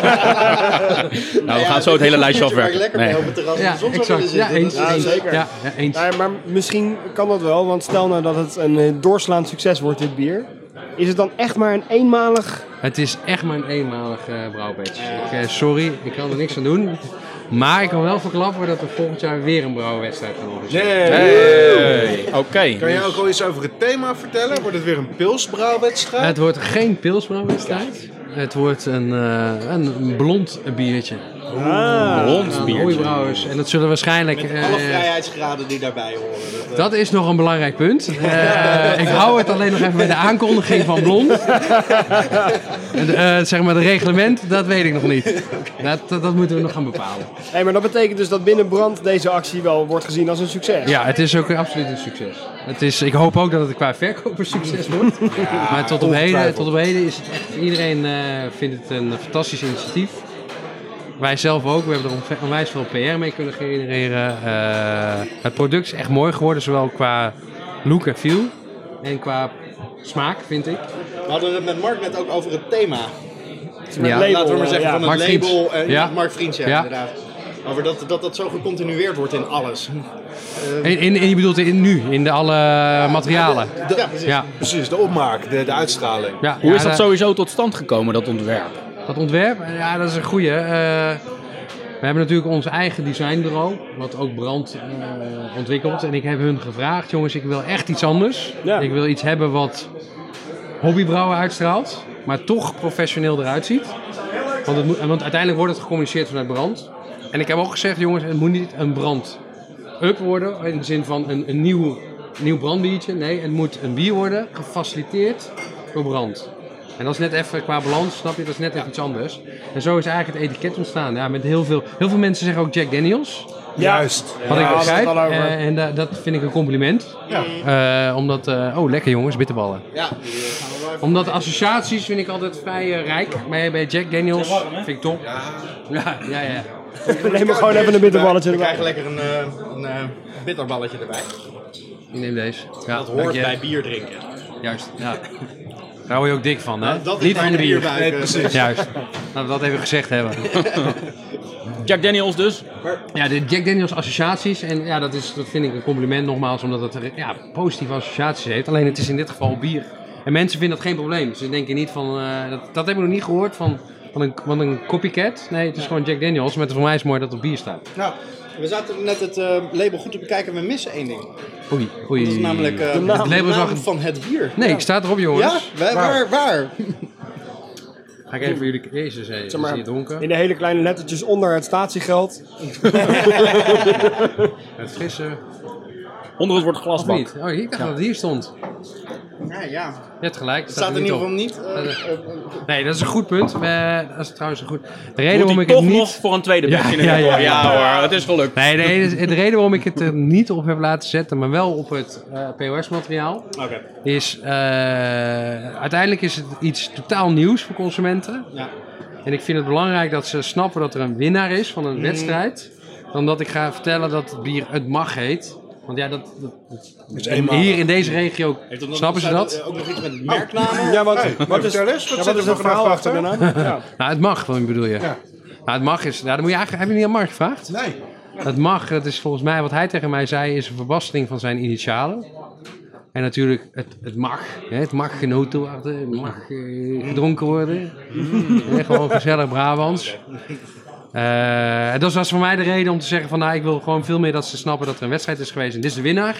we gaan zo het hele lijstje Waar ik afwerken. lekker mee op het terras in de zon zou willen zitten. eens. Ja, zeker. Ja, eens. Ja, maar misschien kan dat wel, want stel nou dat het een doorslaand succes wordt, dit bier. Is het dan echt maar een eenmalig... Het is echt maar een eenmalig brouwbatch. Sorry, ik kan er niks aan doen. Maar ik kan wel verklappen dat we volgend jaar weer een brouwwedstrijd gaan organiseren. Hey, oké. Kan je ook al iets over het thema vertellen? Wordt het weer een pilsbrouwwedstrijd? Het wordt geen pilsbrouwwedstrijd. Het wordt een blond biertje. Blond biertje. Hooibrouwers. En dat zullen waarschijnlijk... Met alle vrijheidsgraden die daarbij horen. Dat is nog een belangrijk punt. Ik hou het alleen nog even bij de aankondiging van blond. Zeg maar de reglement, dat weet ik nog niet. Dat moeten we nog gaan bepalen. Hey, maar dat betekent dus dat binnen Brand deze actie wel wordt gezien als een succes. Ja, het is ook absoluut een succes. Ik hoop ook dat het qua verkoop een succes wordt. Maar tot op heden is het echt... Iedereen vindt het een fantastisch initiatief. Wij zelf ook. We hebben er onwijs veel PR mee kunnen genereren. Het product is echt mooi geworden, zowel qua look en feel. En qua smaak, vind ik. We hadden het met Mark net ook over het thema. Ja. Laten we maar zeggen van het Mark label. Vriends. Mark Vriends, inderdaad. Over dat zo gecontinueerd wordt in alles. En je bedoelt in alle materialen? Precies, de opmaak, de uitstraling. Ja, Hoe is dat sowieso tot stand gekomen, dat ontwerp? Dat ontwerp? Ja, dat is een goeie. We hebben natuurlijk ons eigen designbureau, wat ook Brand ontwikkelt. En ik heb hun gevraagd, jongens, ik wil echt iets anders. Ja. Ik wil iets hebben wat hobbybrouwen uitstraalt, maar toch professioneel eruit ziet. Want uiteindelijk wordt het gecommuniceerd vanuit Brand. En ik heb ook gezegd, jongens, het moet niet een Brand-up worden, in de zin van een nieuw brandbiertje. Nee, het moet een bier worden, gefaciliteerd door Brand. En dat is net even qua balans, snap je, dat is net even iets anders. En zo is eigenlijk het etiket ontstaan. Ja, met heel veel mensen zeggen ook Jack Daniels. Juist. Wat ik begrijp. al over. En dat vind ik een compliment. Ja. Omdat, lekker jongens, bitterballen. Ja, die gaan we wel even... Omdat de associaties vind ik altijd vrij rijk. Bij Jack Daniels vind ik top. Ja. Neem maar gewoon even een bitterballetje We erbij. krijgen lekker een bitterballetje erbij. Ik neem deze. Ja, Dat dank hoort je. bij bier drinken. Juist, ja. Daar word je ook dik van, hè? Dat is Niet van mijn de bier. bierbuik. Nee, precies. Juist. Nou, dat even gezegd hebben. Jack Daniels dus. Ja, de Jack Daniels associaties. En ja, dat vind ik een compliment nogmaals, omdat het positieve associaties heeft. Alleen het is in dit geval bier. En mensen vinden dat geen probleem. Ze denken niet van, dat heb ik nog niet gehoord van een copycat. Nee, het is gewoon Jack Daniels. Maar het is voor mij is mooi dat het op bier staat. Nou, we zaten net het label goed te bekijken. We missen één ding. Oei. Dat is namelijk de label is naam wel- van het bier. Nee, ik sta erop, jongens. Ja? Waar? Ga ik even voor jullie... Jezus, hé. Zeg maar, Is hier donker? in de hele kleine lettertjes onder het statiegeld. Het frisse... Onder het woord Of glasbak. niet? Oh, ik dacht dat het hier stond. Ja. Je hebt gelijk. Het staat in ieder geval op. niet. Nee, dat is een goed punt. Dat is trouwens een goed... De reden Moet waarom hij ik het toch niet... nog voor een tweede Ja, bedje in ja, de ja. Ja hoor, het is gelukt. Nee, de reden waarom ik het er niet op heb laten zetten, maar wel op het POS-materiaal, Oké. is uiteindelijk is het iets totaal nieuws voor consumenten. Ja. En ik vind het belangrijk dat ze snappen dat er een winnaar is van een wedstrijd. dan dat ik ga vertellen dat het bier Het Mag heet. Want ja, dat is eenmalig. hier in deze regio, snappen ze dat? Ook nog iets met merknamen? Ja, wat is het verhaal achter de naam? Ja. Nou, Het Mag, wat bedoel je? Ja. Nou, Het Mag is, nou, dan moet je eigenlijk, heb je niet aan Mark gevraagd? Nee. Het Mag, dat is volgens mij wat hij tegen mij zei, is een verbastering van zijn initialen. En natuurlijk, het mag. Hè, het mag genoten worden, het mag gedronken worden. Gewoon gezellig Brabants. Dat was voor mij de reden om te zeggen van, nou, ik wil gewoon veel meer dat ze snappen dat er een wedstrijd is geweest en dit is de winnaar.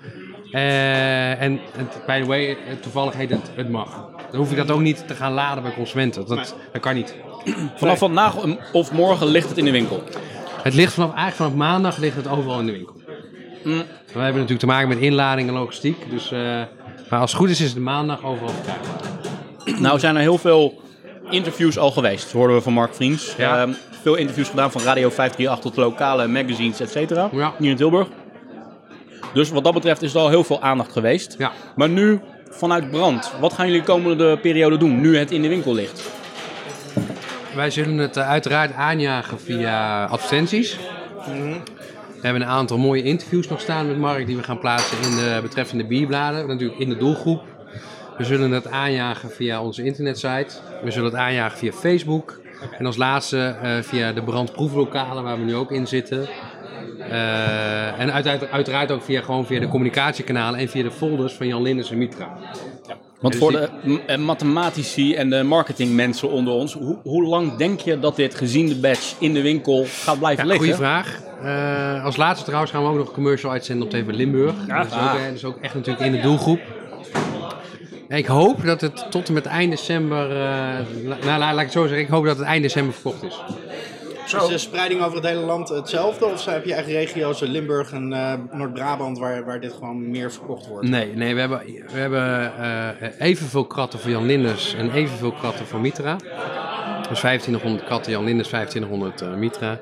En by the way, toevallig heet het mag. Dan hoef ik dat ook niet te gaan laden bij consumenten. Dat kan niet. Vanaf vandaag of morgen ligt het in de winkel. Het ligt vanaf maandag ligt het overal in de winkel. We hebben natuurlijk te maken met inlading en logistiek. Dus, maar als het goed is het maandag overal te krijgen. Nou zijn er heel veel interviews al geweest. Dat hoorden we van Mark Vriends. Ja. Veel interviews gedaan van Radio 538 tot lokale magazines, et cetera. Ja. Hier in Tilburg. Dus wat dat betreft is er al heel veel aandacht geweest. Ja. Maar nu, vanuit Brand, wat gaan jullie de komende periode doen, nu het in de winkel ligt? Wij zullen het uiteraard aanjagen via advertenties. We hebben een aantal mooie interviews nog staan met Mark die we gaan plaatsen in de betreffende bierbladen. Natuurlijk in de doelgroep. We zullen het aanjagen via onze internetsite. We zullen het aanjagen via Facebook. En als laatste via de brandproeflokalen waar we nu ook in zitten. En uiteraard ook via de communicatiekanalen en via de folders van Jan Linders en Mitra. Want Dus voor de mathematici en de marketingmensen onder ons, hoe lang denk je dat dit gezien de badge in de winkel gaat blijven liggen? Goeie vraag. Als laatste trouwens gaan we ook nog een commercial uitzenden op TV Limburg. Dat is ook echt natuurlijk in de doelgroep. Ik hoop dat het tot en met eind december, laat ik het zo zeggen, ik hoop dat het eind december verkocht is. Is de spreiding over het hele land hetzelfde? Of heb je echt regio's, Limburg en Noord-Brabant, waar dit gewoon meer verkocht wordt? Nee, we hebben evenveel kratten voor Jan Linders en evenveel kratten voor Mitra. Dus 1500 kratten Jan Linders, 1500 Mitra.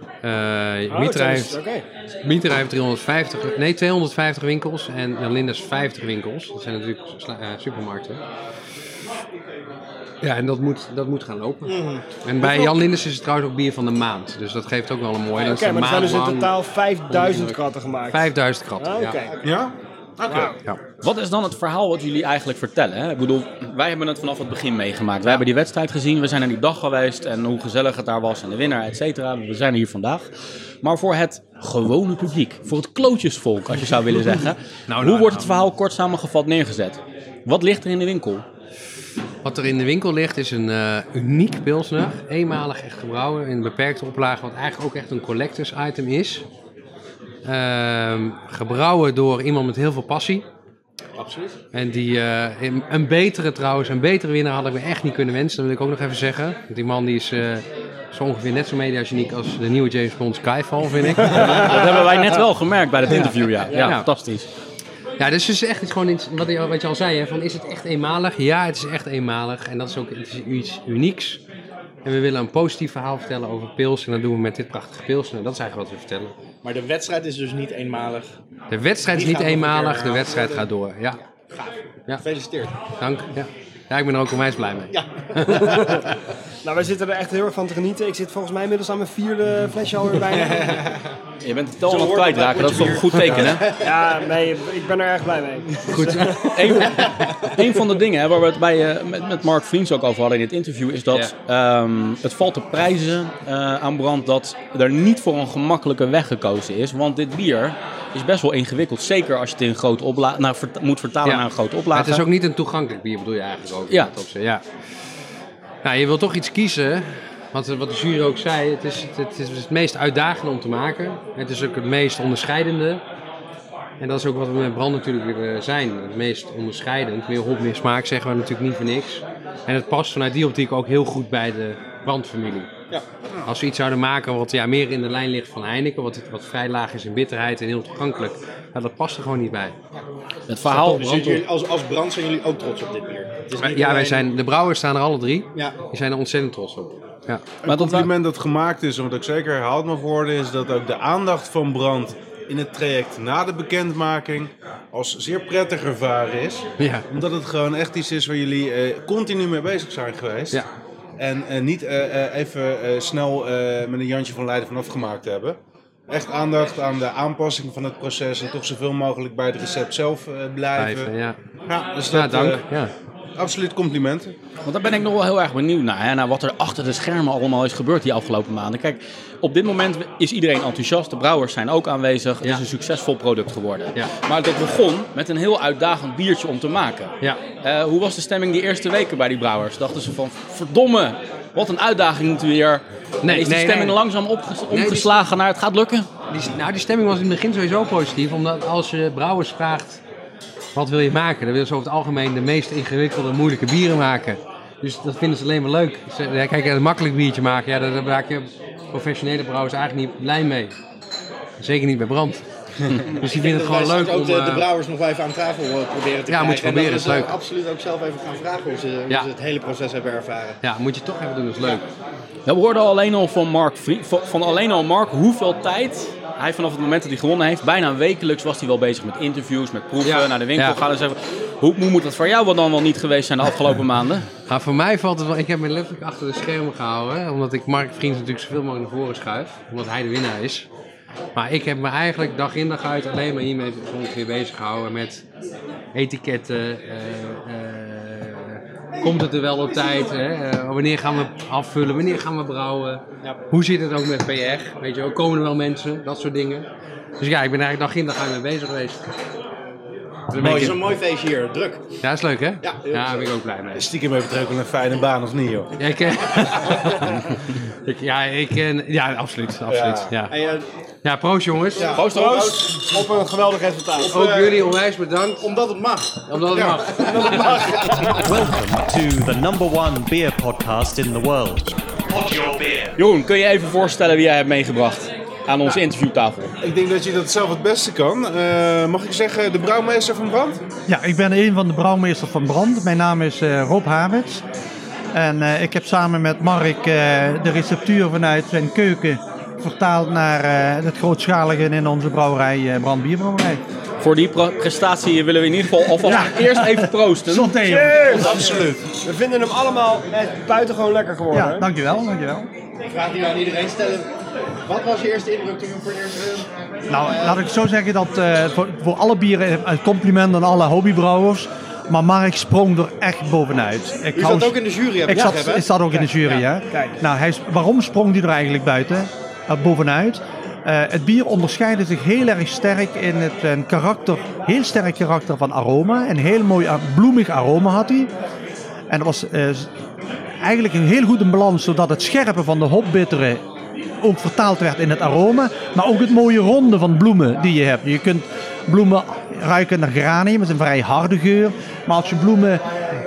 Mitra heeft 250 winkels en Jan Linders 50 winkels. Dat zijn natuurlijk supermarkten. Ja, en dat moet gaan lopen. En bij Jan Linders is het trouwens ook bier van de maand. Dus dat geeft ook wel een mooie... Oké, maar er zijn dus in totaal 5000 kratten gemaakt. 5000 kratten, ja. Ja? Oké. Ja. Wat is dan het verhaal wat jullie eigenlijk vertellen? Hè? Ik bedoel, wij hebben het vanaf het begin meegemaakt. Wij hebben die wedstrijd gezien, we zijn er die dag geweest en hoe gezellig het daar was en de winnaar, et cetera. We zijn er hier vandaag. Maar voor het gewone publiek, voor het klootjesvolk, als je zou willen zeggen. Hoe wordt het verhaal kort samengevat neergezet? Wat ligt er in de winkel? Wat er in de winkel ligt is een uniek pilsner. Eenmalig echt gebrouwen in een beperkte oplage, wat eigenlijk ook echt een collectors item is. Gebrouwen door iemand met heel veel passie. Absoluut. En die een betere winnaar hadden we echt niet kunnen wensen. Dat wil ik ook nog even zeggen. Want die man die is zo ongeveer net zo mediageniek als de nieuwe James Bond Skyfall, vind ik. Dat hebben wij net wel gemerkt bij het interview, ja. Fantastisch. Ja, dus het is echt gewoon wat je al zei, hè, van is het echt eenmalig? Ja, het is echt eenmalig en dat is ook iets unieks. En we willen een positief verhaal vertellen over pils en dat doen we met dit prachtige pils. En dat is eigenlijk wat we vertellen. Maar de wedstrijd is dus niet eenmalig? De wedstrijd is niet eenmalig, de wedstrijd gaat door, ja. Gaaf. Ja. Gefeliciteerd. Dank, ja. Ja, ik ben er ook onwijs blij mee. Ja. Nou, wij zitten er echt heel erg van te genieten. Ik zit volgens mij inmiddels aan mijn 4e flesje alweer bijna. Je bent het tel aan het kwijtraken, dat is toch een goed teken, hè? Ja, nee, ik ben er erg blij mee. Goed. Een van de dingen hè, waar we het met Mark Vriends ook over hadden in dit interview, is dat het valt te prijzen aan Brand dat er niet voor een gemakkelijke weg gekozen is. Want dit bier is best wel ingewikkeld. Zeker als je het in een grote oplage moet vertalen naar een grote oplage. Het is ook niet een toegankelijk bier, bedoel je eigenlijk ook? Ja. Ja. Nou, je wil toch iets kiezen. Wat de jury ook zei, het is het meest uitdagende om te maken. Het is ook het meest onderscheidende. En dat is ook wat we met Brand natuurlijk weer zijn. Het meest onderscheidend. Meer hop, meer smaak zeggen we natuurlijk niet voor niks. En het past vanuit die optiek ook heel goed bij de Brand-familie. Ja. Als we iets zouden maken wat meer in de lijn ligt van Heineken, wat vrij laag is in bitterheid en heel toegankelijk, dat past er gewoon niet bij. Het verhaal... Dus als Brand zijn jullie ook trots op dit bier? De brouwers staan er alle 3. Ja. Die zijn er ontzettend trots op. Ja. Een compliment dat gemaakt is, en wat ook zeker herhaald mag worden, is dat ook de aandacht van Brand in het traject na de bekendmaking als zeer prettig ervaren is. Ja. Omdat het gewoon echt iets is waar jullie continu mee bezig zijn geweest. Ja. En niet even snel met een Jantje van Leiden vanaf gemaakt hebben. Echt aandacht aan de aanpassing van het proces en toch zoveel mogelijk bij het recept zelf blijven. Ja. Dus dat, dank. Absoluut complimenten. Want daar ben ik nog wel heel erg benieuwd naar wat er achter de schermen allemaal is gebeurd die afgelopen maanden. Kijk, op dit moment is iedereen enthousiast. De brouwers zijn ook aanwezig. Het is een succesvol product geworden. Ja. Maar dat begon met een heel uitdagend biertje om te maken. Ja. Hoe was de stemming die eerste weken bij die brouwers? Dachten ze van, verdomme, wat een uitdaging moeten we weer. Is die stemming langzaam omgeslagen naar het gaat lukken? Die stemming was in het begin sowieso positief. Omdat als je brouwers vraagt, wat wil je maken? Dan willen ze over het algemeen de meest ingewikkelde, moeilijke bieren maken. Dus dat vinden ze alleen maar leuk. Kijk, een makkelijk biertje maken, daar raak je professionele brouwers eigenlijk niet blij mee. Zeker niet bij brand. Dus die vinden het gewoon leuk om... de brouwers nog even aan tafel proberen te krijgen. Ja, moet je proberen, dat is leuk. Absoluut ook zelf even gaan vragen hoe ze het hele proces hebben ervaren. Ja, moet je toch even doen, dat is leuk. Ja, we hoorden alleen al van Mark hoeveel tijd hij vanaf het moment dat hij gewonnen heeft, bijna wekelijks was hij wel bezig met interviews, met proeven, naar de winkel gaan en zeggen. Hoe moet dat voor jou dan wel niet geweest zijn de afgelopen maanden? Nou, voor mij valt het wel, ik heb me letterlijk achter de schermen gehouden, hè, omdat ik Mark Vriends natuurlijk zoveel mogelijk naar voren schuif, omdat hij de winnaar is. Maar ik heb me eigenlijk dag in dag uit alleen maar hiermee ongeveer bezig gehouden met etiketten, komt het er wel op tijd, wanneer gaan we afvullen, wanneer gaan we brouwen, hoe zit het ook met PR, weet je wel, komen er wel mensen, dat soort dingen. Dus ja, ik ben eigenlijk dag in dag uit mee bezig geweest. Het is een mooi feestje hier, druk. Ja, is leuk hè? Ja, daar ben ik ook blij mee. Stiekem heb je ook een fijne baan of niet joh? Ja, absoluut. Ja, proost jongens. Ja, proost op een geweldig resultaat. Ook jullie onwijs bedankt. Omdat het mag. Omdat het mag. Welcome to the #1 beer podcast in the world. Pod your beer. Jeroen, kun je even voorstellen wie jij hebt meegebracht aan onze interviewtafel? Ik denk dat je dat zelf het beste kan. Mag ik zeggen de brouwmeester van Brand? Ja, ik ben een van de brouwmeesters van Brand. Mijn naam is Rob Habets. En ik heb samen met Mark de receptuur vanuit zijn keuken vertaald naar het grootschalige in onze brouwerij, Brand Bierbrouwerij. Voor die prestatie willen we in ieder geval alvast eerst even proosten. Cheers! Absoluut. We vinden hem allemaal buitengewoon lekker geworden. Ja, dankjewel. Ik vraag die aan iedereen stellen. Wat was je eerste indruk toen je voor het eerst... Nou, laat ik zo zeggen dat voor alle bieren een compliment aan alle hobbybrouwers. Maar Mark sprong er echt bovenuit. U zat ook in de jury, heb ik zat ook in de jury, ja. Kijk. Nou, waarom sprong hij er eigenlijk bovenuit? Het bier onderscheidde zich heel erg sterk in het heel sterk karakter van aroma. Een heel mooi bloemig aroma had hij. En dat was eigenlijk een heel goede balans, zodat het scherpe van de hopbitteren ook vertaald werd in het aroma. Maar ook het mooie ronde van bloemen die je hebt. Je kunt bloemen ruiken naar geranium, dat is een vrij harde geur. Maar als je bloemen,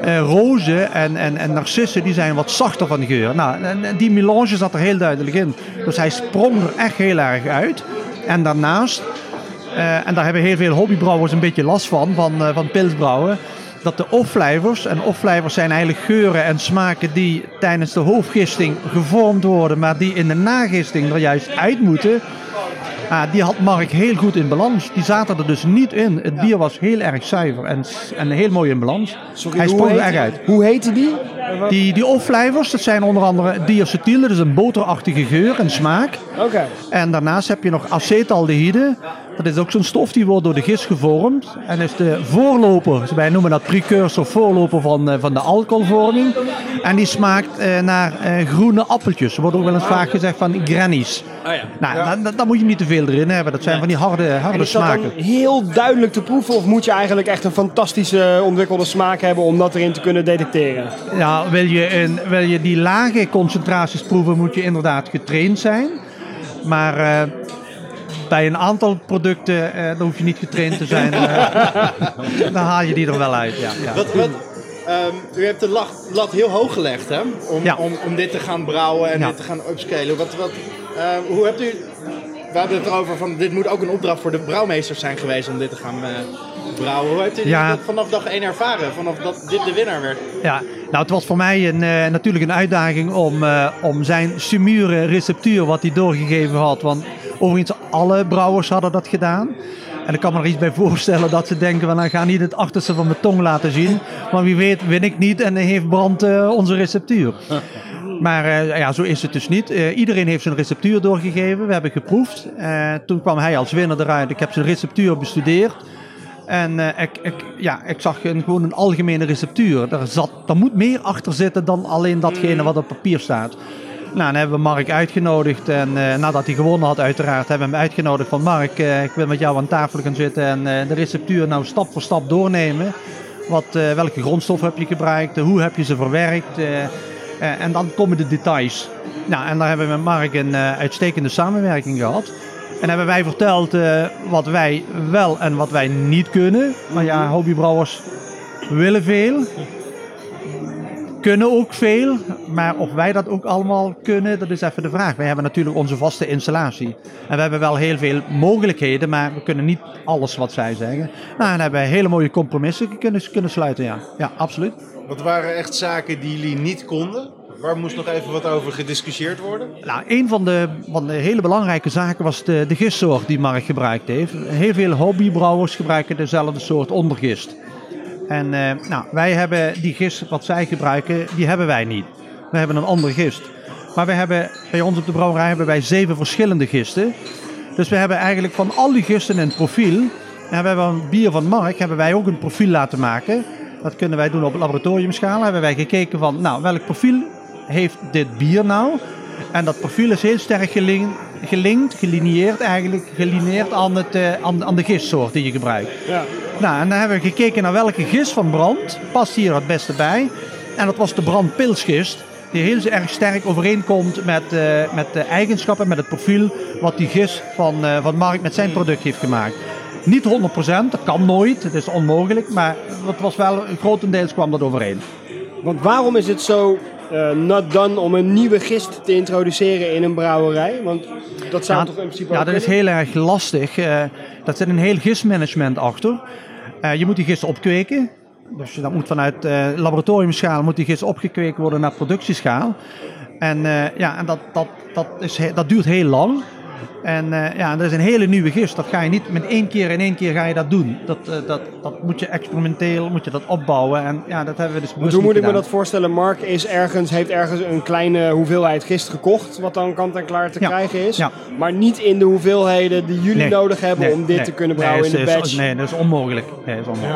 rozen en narcissen, die zijn wat zachter van geur. Nou, en die melange zat er heel duidelijk in. Dus hij sprong er echt heel erg uit. En daarnaast, en daar hebben heel veel hobbybrouwers een beetje last van pilsbrouwen, dat de off-flavors, en off-flavors zijn eigenlijk geuren en smaken die tijdens de hoofdgisting gevormd worden, maar die in de nagisting er juist uit moeten. Die had Mark heel goed in balans. Die zaten er dus niet in. Het bier was heel erg zuiver en heel mooi in balans. Hij sprong er echt uit. Hoe heette die? Die off-flavors, dat zijn onder andere diacetyl, dat is een boterachtige geur en smaak. Oké. En daarnaast heb je nog acetaldehyde. Dat is ook zo'n stof die wordt door de gist gevormd. En is de voorloper, wij noemen dat precursor, voorloper van de alcoholvorming. En die smaakt naar groene appeltjes. Er wordt ook wel eens vaak gezegd van grannies. Oh ja. Nou, dan moet je niet te veel erin hebben. Dat zijn van die harde smaken. Is dat dan heel duidelijk te proeven? Of moet je eigenlijk echt een fantastische ontwikkelde smaak hebben om dat erin te kunnen detecteren? Ja, wil je die lage concentraties proeven, moet je inderdaad getraind zijn. Maar bij een aantal producten, dan hoef je niet getraind te zijn. Dan haal je die er wel uit. Ja. U hebt de lat heel hoog gelegd, hè? Om dit te gaan brouwen en dit te gaan upscalen. Hoe hebt u... We hebben het erover van, dit moet ook een opdracht voor de brouwmeesters zijn geweest om dit te gaan brouwen. Hoe heeft u dat vanaf dag 1 ervaren, vanaf dat dit de winnaar werd? Ja, nou het was voor mij natuurlijk een uitdaging om zijn sumure receptuur wat hij doorgegeven had. Want overigens alle brouwers hadden dat gedaan. En ik kan me er iets bij voorstellen dat ze denken van, nou, ga niet het achterste van mijn tong laten zien. Maar wie weet win ik niet en heeft Brandt onze receptuur. Maar zo is het dus niet. Iedereen heeft zijn receptuur doorgegeven. We hebben geproefd. Toen kwam hij als winnaar eruit. Ik heb zijn receptuur bestudeerd. En ik zag gewoon een algemene receptuur. Daar moet meer achter zitten dan alleen datgene wat op papier staat. Nou, dan hebben we Mark uitgenodigd. En nadat hij gewonnen had uiteraard, hebben we hem uitgenodigd van Mark, ik wil met jou aan tafel gaan zitten en de receptuur nou stap voor stap doornemen. Welke grondstoffen heb je gebruikt? Hoe heb je ze verwerkt? En dan komen de details. Nou, en daar hebben we met Mark een uitstekende samenwerking gehad. En hebben wij verteld wat wij wel en wat wij niet kunnen. Maar ja, hobbybrouwers willen veel. Kunnen ook veel. Maar of wij dat ook allemaal kunnen, dat is even de vraag. Wij hebben natuurlijk onze vaste installatie. En we hebben wel heel veel mogelijkheden, maar we kunnen niet alles wat zij zeggen. Nou, en hebben wij hele mooie compromissen kunnen sluiten, ja. Ja, absoluut. Wat waren echt zaken die jullie niet konden? Waar moest nog even wat over gediscussieerd worden? Nou, een van de hele belangrijke zaken was de gistsoort die Mark gebruikt heeft. Heel veel hobbybrouwers gebruiken dezelfde soort ondergist. En wij hebben die gist wat zij gebruiken, die hebben wij niet. We hebben een andere gist. Maar we hebben, bij ons op de brouwerij hebben wij 7 verschillende gisten. Dus we hebben eigenlijk van al die gisten een profiel. En we hebben een bier van Mark, hebben wij ook een profiel laten maken. Dat kunnen wij doen op laboratoriumschaal. Hebben wij gekeken van, nou, welk profiel heeft dit bier nou? En dat profiel is heel sterk gelineerd aan de gistsoort die je gebruikt. Ja. Nou, en dan hebben we gekeken naar welke gist van Brandt past hier het beste bij. En dat was de Brandt Pilsgist, die heel erg sterk overeenkomt met de eigenschappen, met het profiel wat die gist van Mark met zijn product heeft gemaakt. Niet 100%, dat kan nooit, het is onmogelijk, maar het was wel, grotendeels kwam dat overeen. Want waarom is het zo not done om een nieuwe gist te introduceren in een brouwerij? Want dat zou toch in principe dat is heel erg lastig. Dat zit een heel gistmanagement achter. Je moet die gist opkweken. Dus dat moet vanuit laboratoriumschaal moet die gist opgekweekt worden naar productieschaal. En dat duurt heel lang. En dat is een hele nieuwe gist. Dat ga je niet met één keer ga je dat doen. Dat moet je experimenteel opbouwen. En ja, dat hebben we dus bewust Hoe moet ik gedaan. me dat voorstellen? Mark heeft ergens een kleine hoeveelheid gist gekocht, wat dan kant en klaar te krijgen is. Ja. Maar niet in de hoeveelheden die jullie nodig hebben om dit te kunnen brouwen in de batch. Nee, dat is onmogelijk. Ja.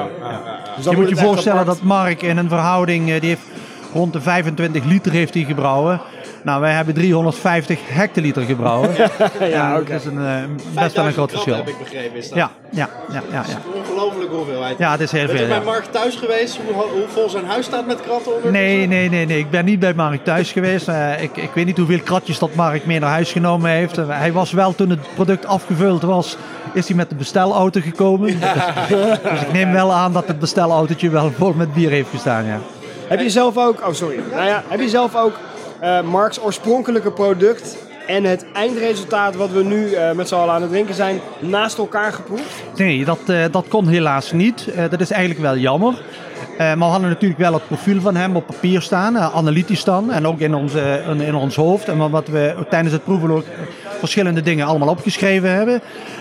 Dus je moet je voorstellen dat Mark in een verhouding, die heeft rond de 25 liter heeft hij gebrouwen. Nou, wij hebben 350 hectoliter gebrouwen. Ja, dat is best wel een groot verschil. Heb ik begrepen, is dat? Ja. Dat is een ongelofelijke hoeveelheid. Ja, het is heel veel. Ben je bij Mark thuis geweest? Hoe vol zijn huis staat met kratten onder? Nee. Ik ben niet bij Mark thuis geweest. Ik weet niet hoeveel kratjes dat Mark mee naar huis genomen heeft. Hij was wel, toen het product afgevuld was, is hij met de bestelauto gekomen. Dus ik neem wel aan dat het bestelautootje wel vol met bier heeft gestaan, ja. Heb je zelf ook... Oh, sorry. Heb je zelf ook Marks oorspronkelijke product en het eindresultaat wat we nu met z'n allen aan het drinken zijn, naast elkaar geproefd? Nee, dat kon helaas niet. Dat is eigenlijk wel jammer. Maar we hadden natuurlijk wel het profiel van hem op papier staan, analytisch dan, en ook in ons hoofd. En wat we tijdens het proeven ook verschillende dingen allemaal opgeschreven hebben.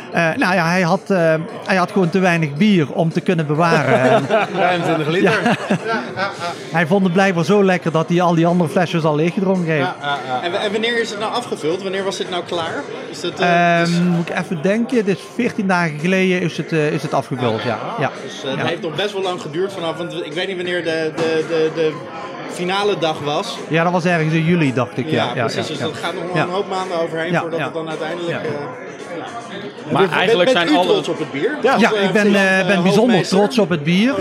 Hij had gewoon te weinig bier om te kunnen bewaren. 25 liter. Ja. Hij vond het blijkbaar zo lekker dat hij al die andere flesjes al leeggedronken heeft. En wanneer is het nou afgevuld? Wanneer was dit nou klaar? Is het, moet ik even denken. Dit is 14 dagen geleden is het afgevuld. Ja. Dus het heeft nog best wel lang geduurd vanaf. Want ik weet niet wanneer de finale dag was. Ja, dat was ergens in juli, dacht ik. Ja, precies. Dus dat gaat nog wel een hoop maanden overheen voordat het dan uiteindelijk... Maar eigenlijk zijn alle... trots op het bier? Ja, ik ben bijzonder trots op het bier.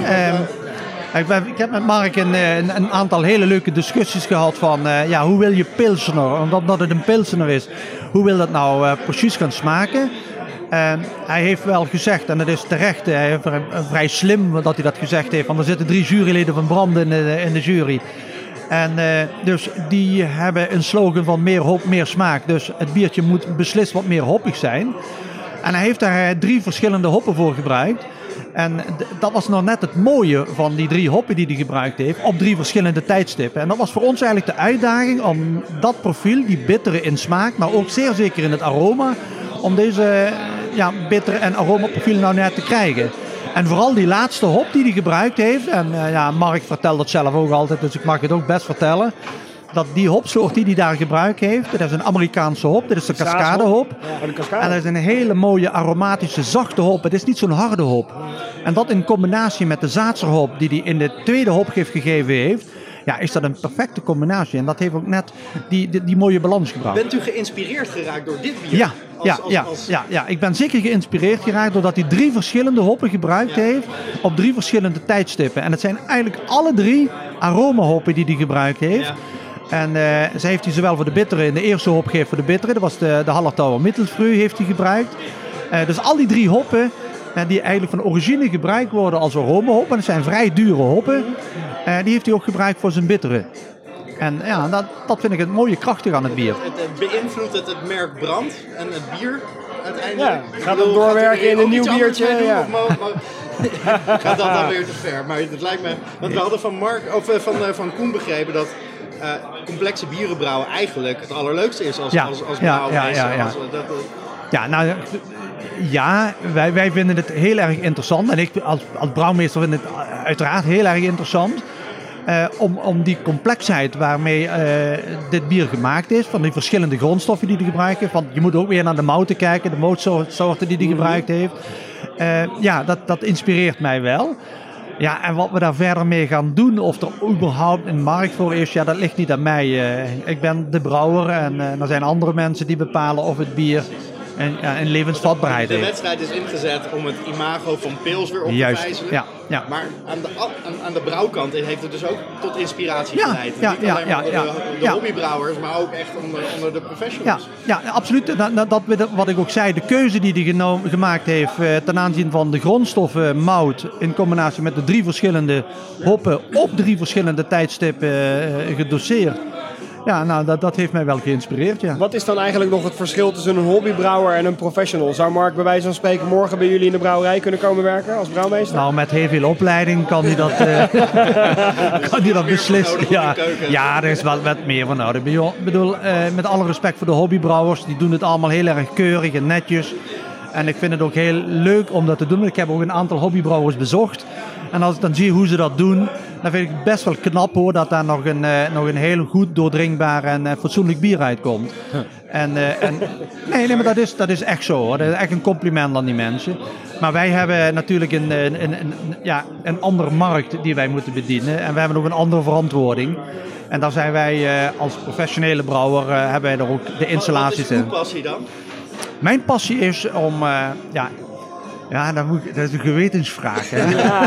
Ik heb met Mark een aantal hele leuke discussies gehad van hoe wil je pilsener, omdat het een pilsener is, hoe wil dat nou precies gaan smaken? Hij heeft wel gezegd, en dat is terecht, hij heeft vrij slim dat hij dat gezegd heeft, want er zitten 3 juryleden van Brandt in de jury. En dus die hebben een slogan van meer hop, meer smaak. Dus het biertje moet beslist wat meer hoppig zijn. En hij heeft daar 3 verschillende hoppen voor gebruikt. En dat was nou net het mooie van die 3 hoppen die hij gebruikt heeft op 3 verschillende tijdstippen. En dat was voor ons eigenlijk de uitdaging om dat profiel, die bittere in smaak, maar ook zeer zeker in het aroma, om bitter en aromaprofiel nou net te krijgen. En vooral die laatste hop die hij gebruikt heeft. En Mark vertelt dat zelf ook altijd, dus ik mag het ook best vertellen. Dat die hopsoort die hij daar gebruikt heeft, dat is een Amerikaanse hop. Dit is de Cascade-hop. Ja, en dat is een hele mooie aromatische zachte hop. Het is niet zo'n harde hop. En dat in combinatie met de Zaatserhop die hij in de tweede hopgif gegeven heeft, is dat een perfecte combinatie. En dat heeft ook net die mooie balans gebracht. Bent u geïnspireerd geraakt door dit bier? Ja, ik ben zeker geïnspireerd geraakt doordat hij 3 verschillende hoppen gebruikt heeft op 3 verschillende tijdstippen. En het zijn eigenlijk alle 3 aromahoppen die hij gebruikt heeft. Ja. En ze heeft hij zowel voor de bittere, in de eerste hopgif voor de bittere, dat was de Hallertauer Mittelfrüh, heeft hij gebruikt. Dus al die 3 hoppen die eigenlijk van origine gebruikt worden als aromahoppen, dat zijn vrij dure hoppen, die heeft hij ook gebruikt voor zijn bittere. En dat vind ik het mooie krachtig aan het bier. Het beïnvloedt het merk Brandt en het bier uiteindelijk. Ja, gaat het doorwerken in een nieuw biertje. Gaat dat dan weer te ver? Maar het lijkt me, want we hadden van Koen begrepen dat complexe bieren brouwen eigenlijk het allerleukste is als brouwmeester. Wij vinden het heel erg interessant. En ik als brouwmeester vind het uiteraard heel erg interessant. Om die complexheid waarmee dit bier gemaakt is, van die verschillende grondstoffen die hij gebruikt heeft. Want je moet ook weer naar de mouten kijken, de moutsoorten die hij gebruikt heeft. Dat inspireert mij wel. Ja, en wat we daar verder mee gaan doen, of er überhaupt een markt voor is, dat ligt niet aan mij. Ik ben de brouwer en er zijn andere mensen die bepalen of het bier een levensvatbaarheid heeft. De wedstrijd is ingezet om het imago van Pils weer op te vijzelen. Ja. Maar aan de brouwkant heeft het dus ook tot inspiratie geleid. Niet alleen de hobbybrouwers, maar ook echt onder de professionals. Ja, absoluut. Wat ik ook zei, de keuze die hij gemaakt heeft ten aanzien van de grondstoffen mout in combinatie met de 3 verschillende hoppen op 3 verschillende tijdstippen gedoseerd. Ja, dat heeft mij wel geïnspireerd, ja. Wat is dan eigenlijk nog het verschil tussen een hobbybrouwer en een professional? Zou Mark bij wijze van spreken morgen bij jullie in de brouwerij kunnen komen werken als brouwmeester? Nou, met heel veel opleiding kan hij dat beslissen. Ja, er is wel wat meer van nodig. Ik bedoel, met alle respect voor de hobbybrouwers, die doen het allemaal heel erg keurig en netjes. En ik vind het ook heel leuk om dat te doen. Ik heb ook een aantal hobbybrouwers bezocht. En als ik dan zie hoe ze dat doen, dan vind ik het best wel knap hoor, dat daar nog een heel goed doordringbaar en fatsoenlijk bier uitkomt. Nee, maar dat is echt zo hoor. Dat is echt een compliment aan die mensen. Maar wij hebben natuurlijk een andere markt die wij moeten bedienen. En we hebben ook een andere verantwoording. En daar zijn wij als professionele brouwer, hebben wij er ook de installaties in. Wat is uw passie dan? Mijn passie is om... dat is een gewetensvraag. Hè?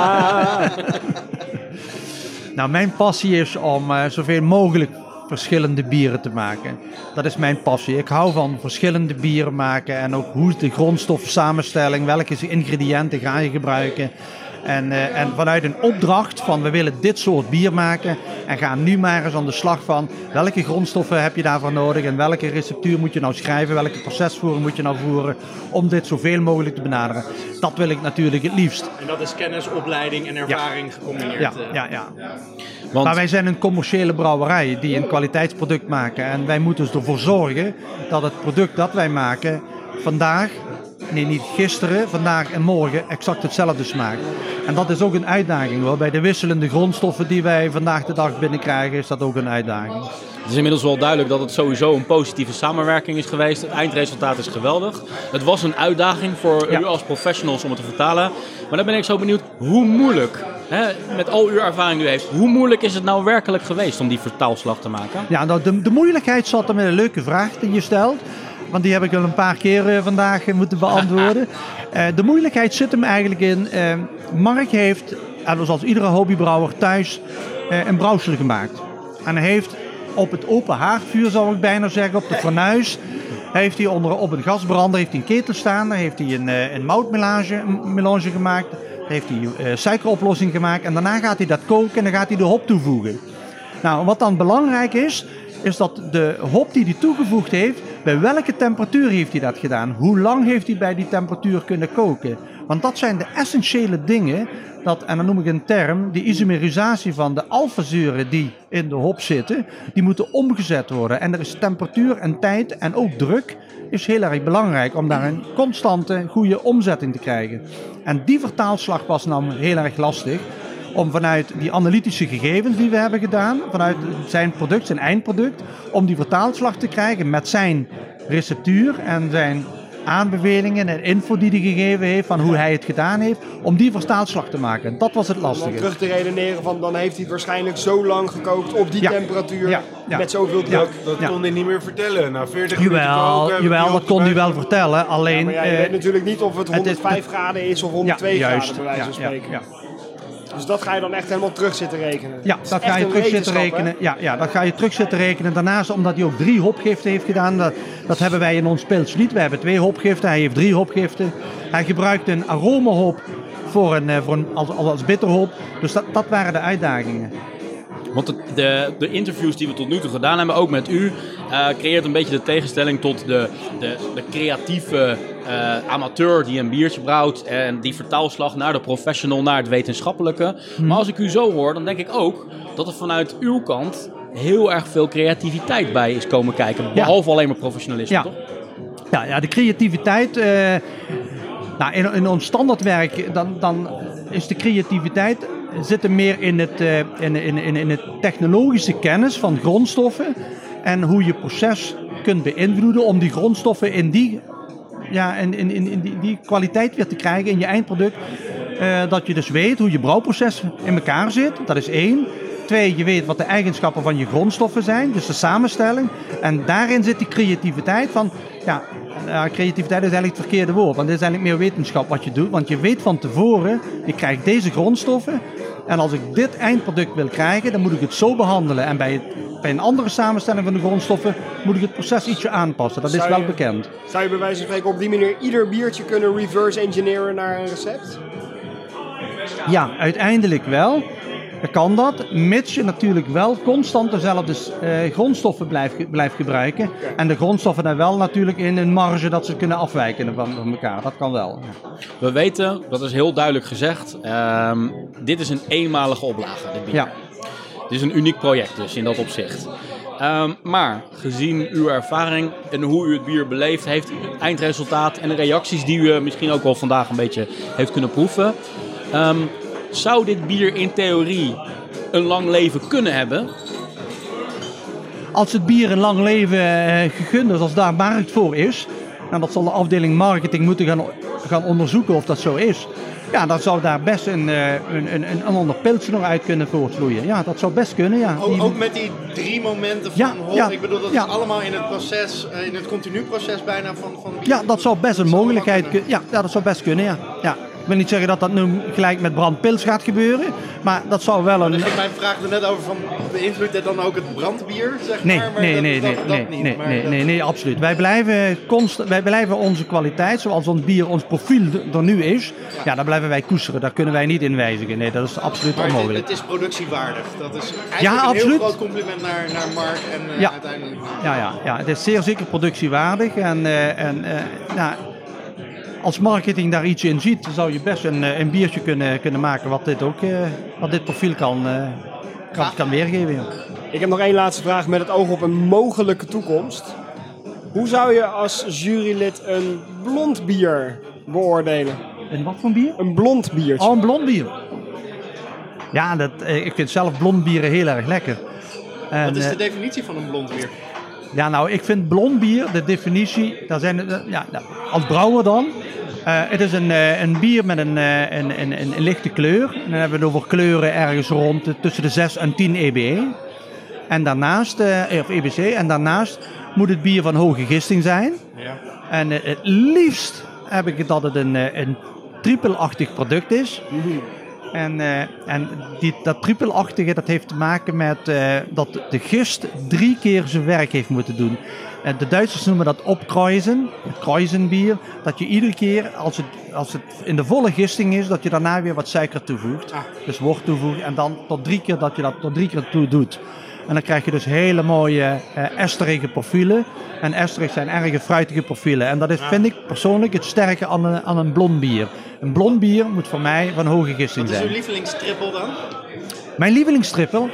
Nou, mijn passie is om zoveel mogelijk verschillende bieren te maken. Dat is mijn passie. Ik hou van verschillende bieren maken en ook hoe de grondstofsamenstelling, welke ingrediënten ga je gebruiken. En vanuit een opdracht van we willen dit soort bier maken en gaan nu maar eens aan de slag van welke grondstoffen heb je daarvoor nodig en welke receptuur moet je nou schrijven, welke procesvoering moet je nou voeren om dit zoveel mogelijk te benaderen. Dat wil ik natuurlijk het liefst. En dat is kennis, opleiding en ervaring gecombineerd. Ja. Want... Maar wij zijn een commerciële brouwerij die een kwaliteitsproduct maken en wij moeten dus ervoor zorgen dat het product dat wij maken vandaag... Nee, niet gisteren, vandaag en morgen exact hetzelfde smaakt. En dat is ook een uitdaging hoor. Bij de wisselende grondstoffen die wij vandaag de dag binnenkrijgen is dat ook een uitdaging. Het is inmiddels wel duidelijk dat het sowieso een positieve samenwerking is geweest. Het eindresultaat is geweldig. Het was een uitdaging voor u als professionals om het te vertalen. Maar dan ben ik zo benieuwd, hoe moeilijk, met al uw ervaring die u heeft, hoe moeilijk is het nou werkelijk geweest om die vertaalslag te maken? Ja, nou, de moeilijkheid zat er met een leuke vraag die je stelt. Want die heb ik al een paar keer vandaag moeten beantwoorden. De moeilijkheid zit hem eigenlijk in... Mark heeft, zoals iedere hobbybrouwer thuis, een brouwsel gemaakt. En hij heeft op het open haardvuur, zou ik bijna zeggen, op de fornuis... heeft hij op een gasbrander heeft hij een ketel staan. Daar heeft hij een moutmelange gemaakt. Daar heeft hij suikeroplossing gemaakt. En daarna gaat hij dat koken en dan gaat hij de hop toevoegen. Nou, wat dan belangrijk is dat de hop die hij toegevoegd heeft, bij welke temperatuur heeft hij dat gedaan? Hoe lang heeft hij bij die temperatuur kunnen koken? Want dat zijn de essentiële dingen, en dan noem ik een term, die isomerisatie van de alfazuren die in de hop zitten, die moeten omgezet worden. En er is temperatuur en tijd en ook druk is heel erg belangrijk om daar een constante, goede omzetting te krijgen. En die vertaalslag was nou heel erg lastig. Om vanuit die analytische gegevens die we hebben gedaan, vanuit zijn product, zijn eindproduct, om die vertaalslag te krijgen met zijn receptuur en zijn aanbevelingen en info die hij gegeven heeft van hoe hij het gedaan heeft, om die vertaalslag te maken. Dat was het lastige. Om terug te redeneren van, dan heeft hij het waarschijnlijk zo lang gekookt op die temperatuur, met zoveel druk. Dat kon hij niet meer vertellen. Na 40 minuten koken... Jawel, dat kon hij wel vertellen. Alleen, maar je weet natuurlijk niet of het 105 graden is of 102 graden, bij wijze van spreken. Ja. Dus dat ga je dan echt helemaal terug zitten rekenen. Ja, dat ga je terug zitten rekenen. Ja, dat ga je terug zitten rekenen. Daarnaast, omdat hij ook 3 hopgiften heeft gedaan, dat hebben wij in ons pils niet. We hebben 2 hopgiften, hij heeft 3 hopgiften. Hij gebruikt een aromahop als bitterhop. Dus dat waren de uitdagingen. Want de interviews die we tot nu toe gedaan hebben, ook met u, creëert een beetje de tegenstelling tot de creatieve amateur die een biertje brouwt en die vertaalslag naar de professional, naar het wetenschappelijke. Maar als ik u zo hoor, dan denk ik ook dat er vanuit uw kant heel erg veel creativiteit bij is komen kijken. Behalve alleen maar professionalisme, toch? Ja, de creativiteit... in ons standaardwerk, dan is de creativiteit... zit er meer in het technologische kennis van grondstoffen en hoe je proces kunt beïnvloeden om die grondstoffen in die kwaliteit weer te krijgen in je eindproduct. Dat je dus weet hoe je brouwproces in elkaar zit, dat is 1. 2, je weet wat de eigenschappen van je grondstoffen zijn, dus de samenstelling. En daarin zit die creativiteit van, creativiteit is eigenlijk het verkeerde woord, want dit is eigenlijk meer wetenschap wat je doet. Want je weet van tevoren, je krijgt deze grondstoffen en als ik dit eindproduct wil krijgen, dan moet ik het zo behandelen. En bij een andere samenstelling van de grondstoffen moet ik het proces ietsje aanpassen. Dat is wel bekend. Zou je bij wijze van spreken op die manier ieder biertje kunnen reverse engineeren naar een recept? Ja, uiteindelijk wel. Kan dat, mits je natuurlijk wel constant dezelfde grondstoffen blijft gebruiken. En de grondstoffen dan wel natuurlijk in een marge dat ze kunnen afwijken van elkaar. Dat kan wel. We weten, dat is heel duidelijk gezegd, dit is een eenmalige oplage. Dit bier. Ja. Dit is een uniek project dus in dat opzicht. Maar gezien uw ervaring en hoe u het bier beleeft, heeft u het eindresultaat en de reacties die u misschien ook wel vandaag een beetje heeft kunnen proeven. Zou dit bier in theorie een lang leven kunnen hebben? Als het bier een lang leven gegund is, als daar markt voor is, en dat zal de afdeling marketing moeten gaan onderzoeken of dat zo is. Ja, dan zou daar best een ander pilsje uit kunnen voortvloeien. Ja, dat zou best kunnen, ja. Ook met die 3 momenten van hop. Ik bedoel, dat is allemaal in het proces, in het continu proces bijna van bier. Ja, dat zou best een mogelijkheid kunnen. Ja, dat zou best kunnen, ja. Ik wil niet zeggen dat dat nu gelijk met brandpils gaat gebeuren, maar dat zou wel een... Dus mijn vraag er net over van, beïnvloedt dit dan ook het brandbier, zeg nee, maar? Nee, absoluut. Wij blijven onze kwaliteit, zoals ons bier, ons profiel er nu is, daar blijven wij koesteren. Daar kunnen wij niet in wijzigen. Nee, dat is absoluut onmogelijk. Het is productiewaardig. Dat is eigenlijk een heel groot compliment naar Mark en uiteindelijk... Ja, het is zeer zeker productiewaardig en als marketing daar iets in ziet, zou je best een biertje kunnen maken wat dit profiel kan weergeven. Ja. Ik heb nog 1 laatste vraag met het oog op een mogelijke toekomst. Hoe zou je als jurylid een blond bier beoordelen? Een wat voor bier? Een blond biertje. Oh, een blond bier. Ja, ik vind zelf blond bieren heel erg lekker. Wat is de definitie van een blond bier? Ja, nou, ik vind blond bier, de definitie, daar zijn als brouwer dan. Het is een bier met een lichte kleur. En dan hebben we het over kleuren ergens rond tussen de 6 en 10 EBE. En daarnaast, of EBC, en daarnaast moet het bier van hoge gisting zijn. Ja. En het liefst heb ik dat het een trippelachtig product is. Mm-hmm. En dat trippelachtige, dat heeft te maken met dat de gist 3 keer zijn werk heeft moeten doen. De Duitsers noemen dat opkruisen, het kruisenbier. Dat je iedere keer, als het in de volle gisting is, dat je daarna weer wat suiker toevoegt. Dus wort toevoegt en dan tot 3 keer dat je dat tot 3 keer toe doet. En dan krijg je dus hele mooie esterige profielen. En esterig zijn erge fruitige profielen. En dat is, vind ik persoonlijk, het sterke aan een blond bier. Een blond bier moet voor mij van hoge gisting zijn. Wat is uw lievelingstrippel dan? Mijn lievelingstrippel?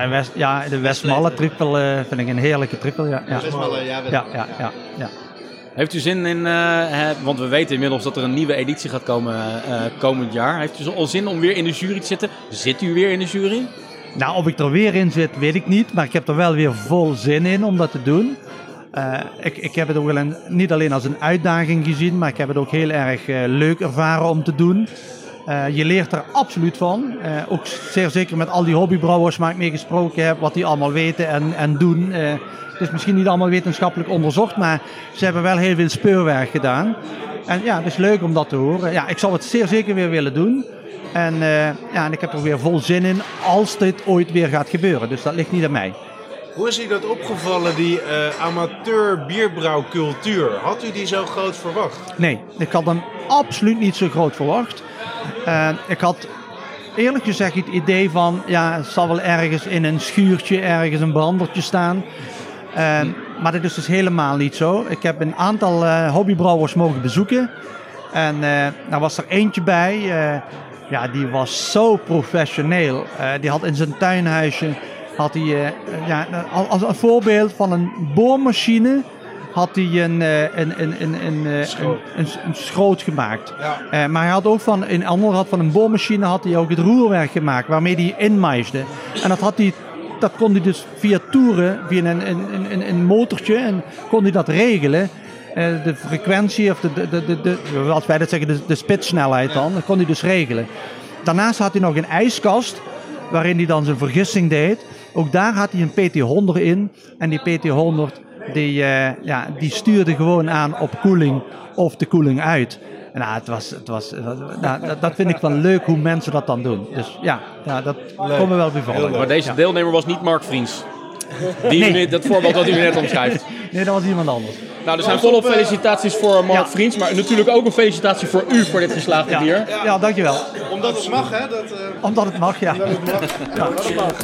Ja, de Westmalle trippel vind ik een heerlijke trippel. Ja. Westmalle, ja. Heeft u zin in, want we weten inmiddels dat er een nieuwe editie gaat komen komend jaar. Heeft u al zin om weer in de jury te zitten? Zit u weer in de jury? Nou, of ik er weer in zit, weet ik niet. Maar ik heb er wel weer vol zin in om dat te doen. Ik heb het ook wel niet alleen als een uitdaging gezien, maar ik heb het ook heel erg leuk ervaren om te doen. Je leert er absoluut van. Ook zeer zeker met al die hobbybrouwers waar ik mee gesproken heb, wat die allemaal weten en doen. Het is misschien niet allemaal wetenschappelijk onderzocht, maar ze hebben wel heel veel speurwerk gedaan. En ja, het is leuk om dat te horen. Ja, ik zal het zeer zeker weer willen doen. En ik heb er weer vol zin in als dit ooit weer gaat gebeuren. Dus dat ligt niet aan mij. Hoe is u dat opgevallen, die amateur bierbrouwcultuur? Had u die zo groot verwacht? Nee, ik had hem absoluut niet zo groot verwacht. Ik had eerlijk gezegd het idee van, ja, het zal wel ergens in een schuurtje, ergens een brandertje staan. Maar dat is dus helemaal niet zo. Ik heb een aantal hobbybrouwers mogen bezoeken. En daar was er eentje bij, die was zo professioneel. Die had in zijn tuinhuisje, had hij, als een voorbeeld van een boormachine, had hij een schroot gemaakt. Ja. Maar hij had ook van een boormachine had hij ook het roerwerk gemaakt waarmee hij inmaisde. En dat kon hij dus via toeren, via een motortje, en kon hij dat regelen. De frequentie, of als wij dat zeggen, de spitsnelheid dan, dat kon hij dus regelen. Daarnaast had hij nog een ijskast, waarin hij dan zijn vergissing deed. Ook daar had hij een PT100 in. En die PT100, die stuurde gewoon aan op koeling of de koeling uit. Nou, dat vind ik wel leuk hoe mensen dat dan doen. Dus dat komt me wel bevallen. Maar deze deelnemer was niet Mark Vriens. Dat voorbeeld wat u net omschrijft. Nee, dat was iemand anders. Nou, er zijn volop felicitaties voor Mark Vriens, maar natuurlijk ook een felicitatie voor u voor dit geslaagde bier. Ja, dankjewel. Omdat het mag, hè? Omdat het mag, ja. Omdat het mag. Dat mag.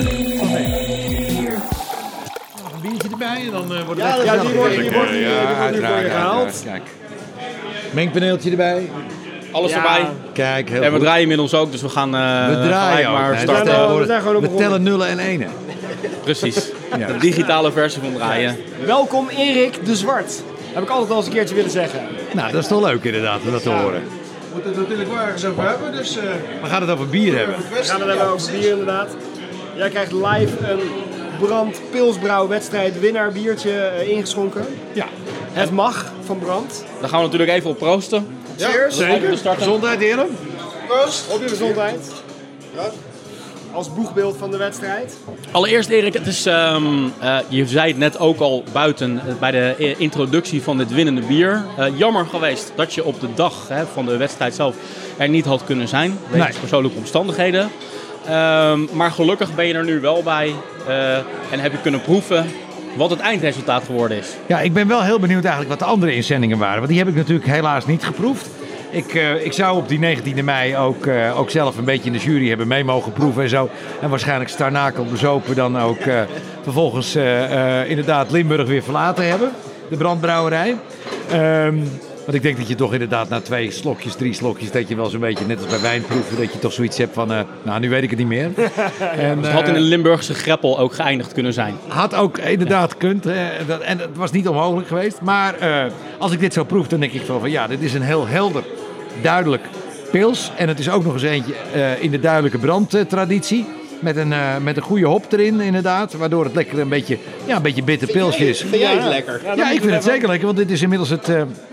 Een biertje erbij en dan wordt het die wordt nu voor je gehaald. Kijk. Mengpaneeltje erbij. Alles erbij. Kijk, heel en we goed. draaien inmiddels ook, dus we gaan maar starten. We tellen nullen en enen. Precies. Ja. De digitale versie van draaien. Welkom Erik de Zwart. Heb ik altijd al eens een keertje willen zeggen. Nou, dat is toch leuk inderdaad om dat te horen. We moeten het natuurlijk wel ergens over hebben, dus... We gaan het over bier hebben. We gaan het hebben over bier inderdaad. Jij krijgt live een Brand Pilsbrouwwedstrijd winnaar biertje ingeschonken. Ja. Het mag van Brand. Daar gaan we natuurlijk even op proosten. Ja, zeker. Gezondheid, heren. Proost. Op je gezondheid. Ja. Als boegbeeld van de wedstrijd. Allereerst Erik, het is, je zei het net ook al buiten bij de introductie van dit winnende bier. Jammer geweest dat je op de dag van de wedstrijd zelf er niet had kunnen zijn. Wegens persoonlijke omstandigheden. Maar gelukkig ben je er nu wel bij en heb je kunnen proeven wat het eindresultaat geworden is. Ja, ik ben wel heel benieuwd eigenlijk wat de andere inzendingen waren. Want die heb ik natuurlijk helaas niet geproefd. Ik zou op die 19e mei ook zelf een beetje in de jury hebben mee mogen proeven en zo. En waarschijnlijk Starnakel bezopen dan ook vervolgens inderdaad Limburg weer verlaten hebben. De brandbrouwerij. Want ik denk dat je toch inderdaad na 2 slokjes, 3 slokjes, dat je wel zo'n beetje, net als bij wijnproeven, dat je toch zoiets hebt van, nu weet ik het niet meer. En, dus het had in een Limburgse greppel ook geëindigd kunnen zijn. Had ook inderdaad gekund. En het was niet onmogelijk geweest. Maar als ik dit zo proef, dan denk ik van ja, dit is een heel helder, duidelijk pils. En het is ook nog eens eentje in de duidelijke brandtraditie. Met een goede hop erin, inderdaad. Waardoor het lekker een beetje bitter pilsje is. Vind jij het lekker? Ja, ik vind het zeker lekker. Want dit is inmiddels het...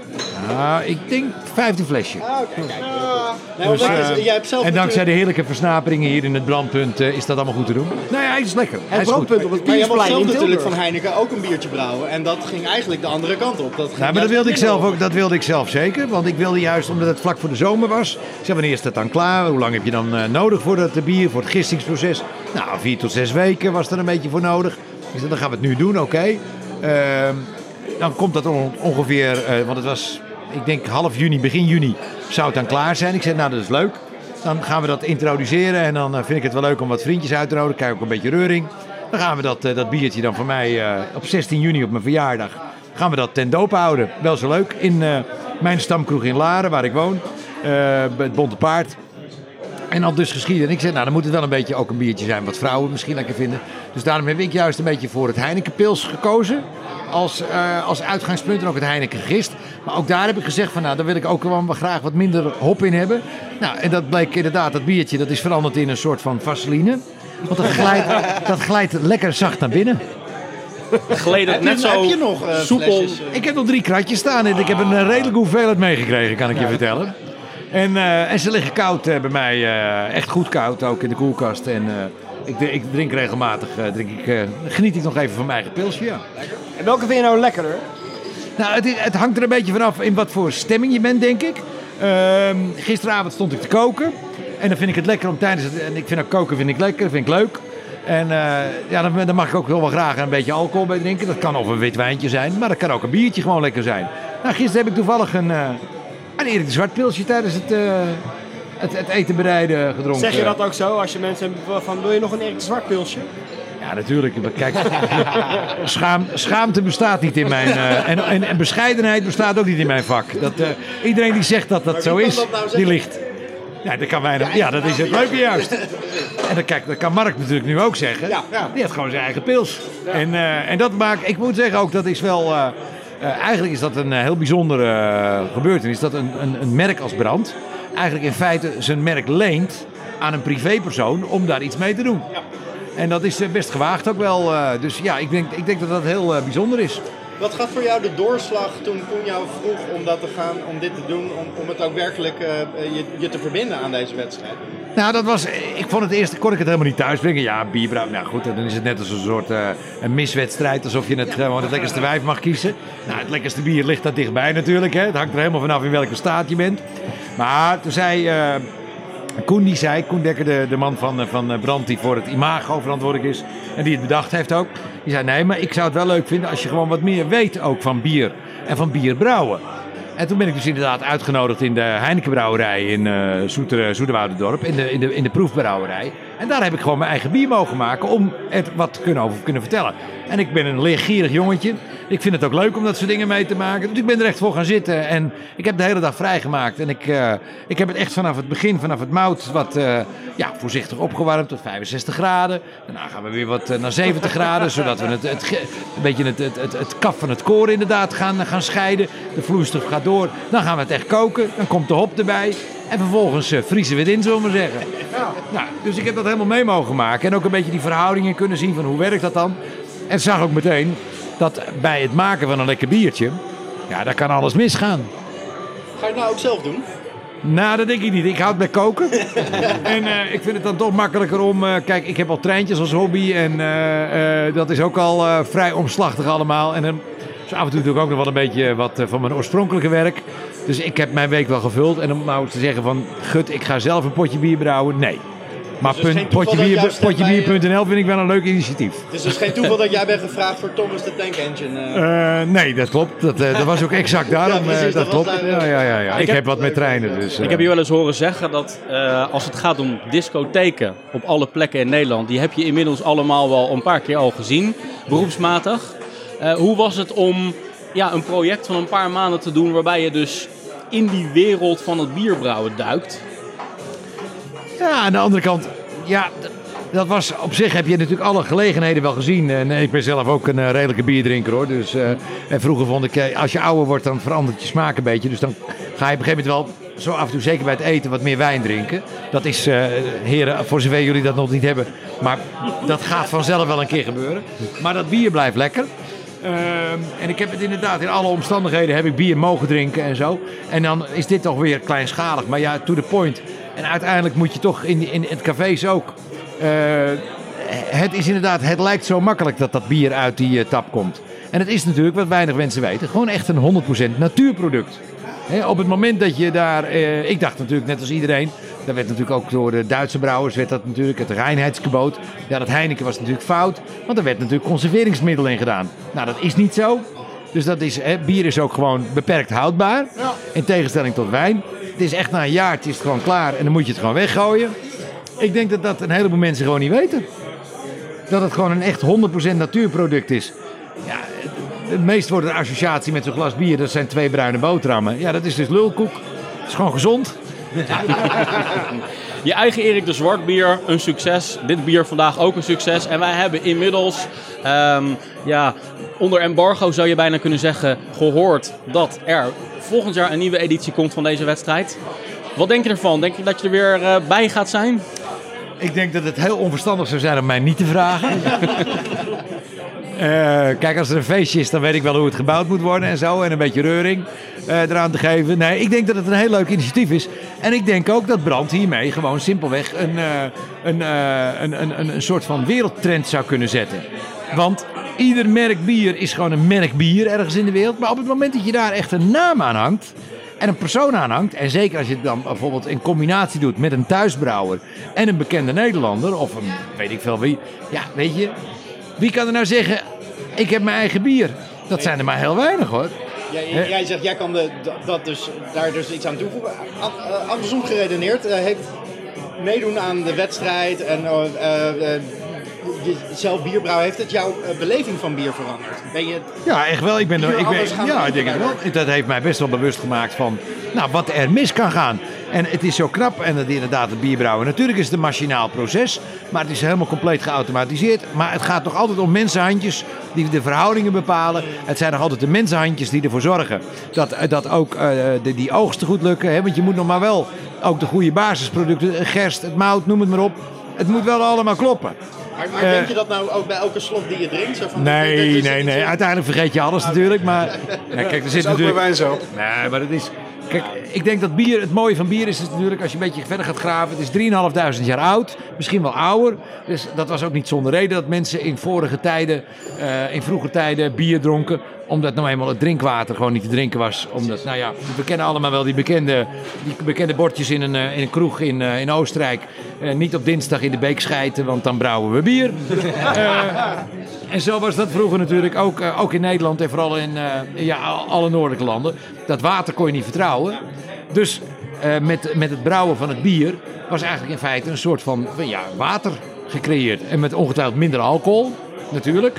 ik denk 5e flesje. Dus, jij hebt zelf en dankzij de heerlijke versnaperingen hier in het brandpunt is dat allemaal goed te doen. Nou ja, hij is lekker. Het brandpunt op het maar jij was Piersplein zelf in natuurlijk Tilburg. van Heineken ook een biertje brouwen. En dat ging eigenlijk de andere kant op. Maar dat wilde ik zelf ook. Dat wilde ik zelf zeker. Want ik wilde juist, omdat het vlak voor de zomer was. Ik zei, wanneer is dat dan klaar? Hoe lang heb je dan nodig voor dat bier, voor het gistingsproces? Nou, 4 tot 6 weken was er een beetje voor nodig. Ik zei, dan gaan we het nu doen, oké. Dan komt dat ongeveer, want het was... Ik denk half juni, begin juni zou het dan klaar zijn. Ik zei, nou dat is leuk. Dan gaan we dat introduceren en dan vind ik het wel leuk om wat vriendjes uit te nodigen. Krijg ook een beetje reuring. Dan gaan we dat biertje dan voor mij op 16 juni op mijn verjaardag gaan we dat ten doop houden. Wel zo leuk. In mijn stamkroeg in Laren, waar ik woon. Bij het Bonte Paard. En al dus geschieden. En ik zei, nou dan moet het wel een beetje ook een biertje zijn wat vrouwen misschien lekker vinden. Dus daarom heb ik juist een beetje voor het Heineken Pils gekozen. Als uitgangspunt en ook het Heineken Gist. Maar ook daar heb ik gezegd van nou, daar wil ik ook wel graag wat minder hop in hebben. Nou, en dat bleek inderdaad, dat biertje dat is veranderd in een soort van vaseline. Want dat glijdt lekker zacht naar binnen. Gleed het net zo heb je nog soepel. flesjes, Ik heb nog 3 kratjes staan en ik heb een redelijke hoeveelheid meegekregen, kan ik je vertellen. En ze liggen koud bij mij, echt goed koud, ook in de koelkast. En ik drink regelmatig, geniet ik nog even van mijn eigen pilsje. Ja. En welke vind je nou lekkerder? Nou, het hangt er een beetje vanaf in wat voor stemming je bent, denk ik. Gisteravond stond ik te koken. En dan vind ik het lekker om tijdens het... En ik vind ook koken vind ik lekker, vind ik leuk. En dan mag ik ook wel graag een beetje alcohol bij drinken. Dat kan of een wit wijntje zijn, maar dat kan ook een biertje gewoon lekker zijn. Nou, gisteren heb ik toevallig een Erik de Zwart pilsje tijdens het eten bereiden gedronken. Zeg je dat ook zo als je mensen hebt van wil je nog een Erik de Zwart pilsje? Ja, natuurlijk. Kijk, schaamte bestaat niet in mijn... en bescheidenheid bestaat ook niet in mijn vak. Iedereen die zegt dat dat zo is, die ligt. Ja, dat kan weinig. Ja, dat is het leuke juist. En dat kan Mark natuurlijk nu ook zeggen. Ja. Die heeft gewoon zijn eigen pils. Ja. En dat maakt... Ik moet zeggen ook, dat is wel... eigenlijk is dat een heel bijzondere gebeurtenis. Dat een merk als Brand eigenlijk in feite zijn merk leent aan een privépersoon om daar iets mee te doen. Ja. En dat is best gewaagd ook wel. Dus ja, ik denk dat dat heel bijzonder is. Wat gaat voor jou de doorslag toen Koen jou vroeg om dat te gaan, om dit te doen, om het ook werkelijk je te verbinden aan deze wedstrijd? Nou, dat was, ik vond het eerst, kon ik het helemaal niet thuis brengen. Ja, bierbrouw, nou goed, dan is het net als een soort een miswedstrijd, alsof je gewoon het lekkerste wijf mag kiezen. Nou, het lekkerste bier ligt daar dichtbij natuurlijk, hè. Het hangt er helemaal vanaf in welke staat je bent. Maar toen zei Koen Dekker, de man van Brand die voor het imago verantwoordelijk is en die het bedacht heeft ook. Die zei nee, maar ik zou het wel leuk vinden als je gewoon wat meer weet ook van bier en van bierbrouwen. En toen ben ik dus inderdaad uitgenodigd in de Heineken brouwerij in Zoeterwouderdorp, in de proefbrouwerij. En daar heb ik gewoon mijn eigen bier mogen maken om er wat over kunnen vertellen. En ik ben een leergierig jongetje. Ik vind het ook leuk om dat soort dingen mee te maken. Dus ik ben er echt voor gaan zitten. En ik heb de hele dag vrijgemaakt. En ik heb het echt vanaf het begin, vanaf het mout, wat voorzichtig opgewarmd tot 65 graden. Daarna gaan we weer wat naar 70 graden. Zodat we een beetje het kaf van het koren inderdaad gaan scheiden. De vloeistof gaat door. Dan gaan we het echt koken. Dan komt de hop erbij. En vervolgens vriezen we het in, zullen we maar zeggen. Nou, dus ik heb dat helemaal mee mogen maken. En ook een beetje die verhoudingen kunnen zien van hoe werkt dat dan. En zag ook meteen dat bij het maken van een lekker biertje, ja, daar kan alles misgaan. Ga je het nou ook zelf doen? Nou, dat denk ik niet. Ik houd bij koken. En ik vind het dan toch makkelijker om... kijk, ik heb al treintjes als hobby en dat is ook al vrij omslachtig allemaal. En dan is af en toe natuurlijk ook nog wel een beetje wat van mijn oorspronkelijke werk. Dus ik heb mijn week wel gevuld. En om nou te zeggen van, gut, ik ga zelf een potje bier brouwen, nee. Maar dus potjebier.nl vind ik wel een leuk initiatief. Het is dus geen toeval dat jij bent gevraagd voor Thomas de Tank Engine? Nee, dat klopt. Dat was ook exact daarom. Ja, precies, dat klopt. Ja. Ik heb wat met treinen. Dus, ik heb je wel eens horen zeggen dat als het gaat om discotheken op alle plekken in Nederland, die heb je inmiddels allemaal wel een paar keer al gezien, beroepsmatig. Hoe was het om een project van een paar maanden te doen waarbij je dus in die wereld van het bierbrouwen duikt? Ja, aan de andere kant, ja, dat was op zich heb je natuurlijk alle gelegenheden wel gezien. En ik ben zelf ook een redelijke bierdrinker hoor. Dus, en vroeger vond ik, als je ouder wordt, dan verandert je smaak een beetje. Dus dan ga je op een gegeven moment wel zo af en toe, zeker bij het eten, wat meer wijn drinken. Dat is, heren, voor zover jullie dat nog niet hebben. Maar dat gaat vanzelf wel een keer gebeuren. Maar dat bier blijft lekker. En ik heb het inderdaad, in alle omstandigheden heb ik bier mogen drinken en zo. En dan is dit toch weer kleinschalig. Maar ja, to the point. En uiteindelijk moet je toch in het cafés ook. Het is inderdaad, het lijkt zo makkelijk dat bier uit die tap komt. En het is natuurlijk, wat weinig mensen weten, gewoon echt een 100% natuurproduct. Op het moment dat je daar, ik dacht natuurlijk net als iedereen, dat werd natuurlijk ook door de Duitse brouwers, werd dat natuurlijk het reinheidsgebod. Ja, dat Heineken was natuurlijk fout, want er werd natuurlijk conserveringsmiddel in gedaan. Nou, dat is niet zo. Dus dat is, bier is ook gewoon beperkt houdbaar, in tegenstelling tot wijn. Het is echt na een jaartje is het gewoon klaar en dan moet je het gewoon weggooien. Ik denk dat een heleboel mensen gewoon niet weten. Dat het gewoon een echt 100% natuurproduct is. Ja, het meest wordt een associatie met zo'n glas bier, dat zijn 2 bruine boterhammen. Ja, dat is dus lulkoek. Het is gewoon gezond. Je eigen Erik de Zwart bier, een succes. Dit bier vandaag ook een succes. En wij hebben inmiddels, onder embargo zou je bijna kunnen zeggen, gehoord dat er volgend jaar een nieuwe editie komt van deze wedstrijd. Wat denk je ervan? Denk je dat je er weer bij gaat zijn? Ik denk dat het heel onverstandig zou zijn om mij niet te vragen. Kijk, als er een feestje is, dan weet ik wel hoe het gebouwd moet worden en zo. En een beetje reuring eraan te geven. Nee, ik denk dat het een heel leuk initiatief is. En ik denk ook dat Brand hiermee gewoon simpelweg een soort van wereldtrend zou kunnen zetten. Want ieder merk bier is gewoon een merk bier ergens in de wereld. Maar op het moment dat je daar echt een naam aan hangt en een persoon aan hangt, en zeker als je het dan bijvoorbeeld in combinatie doet met een thuisbrouwer en een bekende Nederlander of een weet ik veel wie. Ja, weet je, wie kan er nou zeggen, ik heb mijn eigen bier? Dat zijn er maar heel weinig, hoor. Jij zegt, jij kan daar dus iets aan toevoegen. Andersom geredeneerd, heeft meedoen aan de wedstrijd en zelf bierbrouwen, heeft het jouw beleving van bier veranderd? Ben je ja, echt wel. Ik denk het wel. Dat heeft mij best wel bewust gemaakt van wat er mis kan gaan. En het is zo knap, en dat inderdaad het bierbrouwen. Natuurlijk is het een machinaal proces, maar het is helemaal compleet geautomatiseerd. Maar het gaat toch altijd om mensenhandjes die de verhoudingen bepalen. Het zijn nog altijd de mensenhandjes die ervoor zorgen dat ook die oogsten goed lukken. Hè? Want je moet nog maar wel ook de goede basisproducten, gerst, het mout, noem het maar op. Het moet wel allemaal kloppen. Maar denk je dat nou ook bij elke slok die je drinkt? Zo van Nee. Uiteindelijk vergeet je alles natuurlijk. Maar kijk, er zit dat is ook bij wijn zo. Nee, maar het is... Kijk, ik denk dat bier, het mooie van bier is natuurlijk, als je een beetje verder gaat graven, het is 3.500 jaar oud, misschien wel ouder. Dus dat was ook niet zonder reden dat mensen in vroege tijden bier dronken. Omdat nou eenmaal het drinkwater gewoon niet te drinken was. Omdat, we kennen allemaal wel die bekende bordjes in een kroeg in Oostenrijk. Niet op dinsdag in de beek schijten, want dan brouwen we bier. En zo was dat vroeger natuurlijk ook in Nederland en vooral in alle noordelijke landen. Dat water kon je niet vertrouwen. Dus met het brouwen van het bier was eigenlijk in feite een soort van water gecreëerd. En met ongetwijfeld minder alcohol, natuurlijk.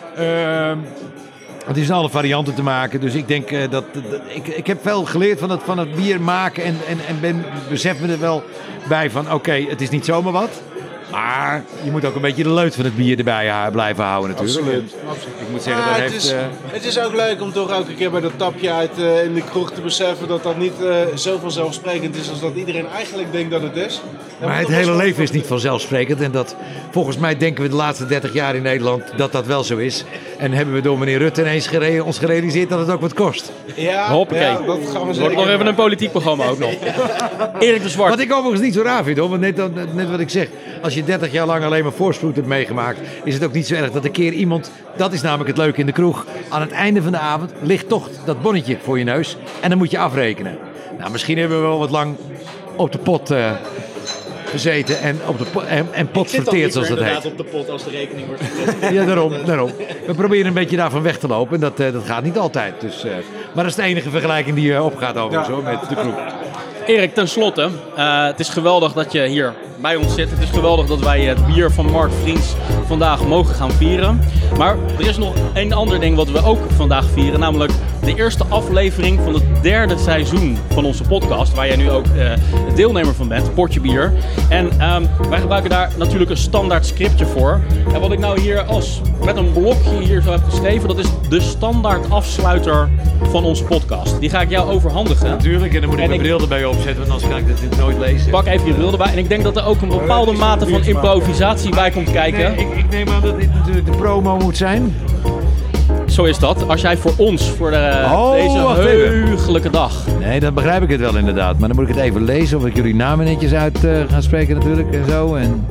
Het is alle varianten te maken, dus ik denk ik heb veel geleerd van het bier maken en besef me er wel bij van oké, het is niet zomaar wat. Maar je moet ook een beetje de leut van het bier erbij blijven houden natuurlijk. Absoluut. Ik moet zeggen, het is ook leuk om toch elke keer bij dat tapje uit in de kroeg te beseffen dat niet zo vanzelfsprekend is als dat iedereen eigenlijk denkt dat het is. Maar het hele leven is niet vanzelfsprekend. En dat volgens mij denken we de laatste 30 jaar in Nederland dat wel zo is. En hebben we door meneer Rutte ineens ons gerealiseerd dat het ook wat kost. Ja, hoppakee. Ja, dat gaan we wordt nog even een politiek programma ook nog. Erik de Zwart. Wat ik overigens niet zo raar vind, hoor. Want net wat ik zeg. Als je 30 jaar lang alleen maar voorspoed hebt meegemaakt, is het ook niet zo erg dat een keer iemand, dat is namelijk het leuke in de kroeg, aan het einde van de avond ligt toch dat bonnetje voor je neus en dan moet je afrekenen. Nou, misschien hebben we wel wat lang op de pot gezeten en pot verteerd, zoals dat heet. Inderdaad op de pot als de rekening wordt verteerd. Ja, daarom. We proberen een beetje daarvan weg te lopen en dat gaat niet altijd. Dus, maar dat is de enige vergelijking die opgaat overigens hoor, met de kroeg. Erik, tenslotte, het is geweldig dat je hier bij ons zit. Het is geweldig dat wij het bier van Mark Vriends vandaag mogen gaan vieren. Maar er is nog een ander ding wat we ook vandaag vieren. Namelijk de eerste aflevering van het 3e seizoen van onze podcast. Waar jij nu ook deelnemer van bent, Potje Bier. En wij gebruiken daar natuurlijk een standaard scriptje voor. En wat ik nou hier met een blokje hier zo heb geschreven, dat is de standaard afsluiter van onze podcast. Die ga ik jou overhandigen. Natuurlijk, en dan moet ik mijn bril erbij opzetten, want anders kan ik dit nooit lezen. Pak even je bril erbij. En ik denk dat er ook een bepaalde mate van improvisatie bij komt kijken. Nee, ik neem aan dat dit natuurlijk de promo moet zijn. Zo is dat. Als jij voor ons, voor deze heugelijke dag. Nee, dan begrijp ik het wel inderdaad. Maar dan moet ik het even lezen of ik jullie namen netjes uit ga spreken natuurlijk en zo. En...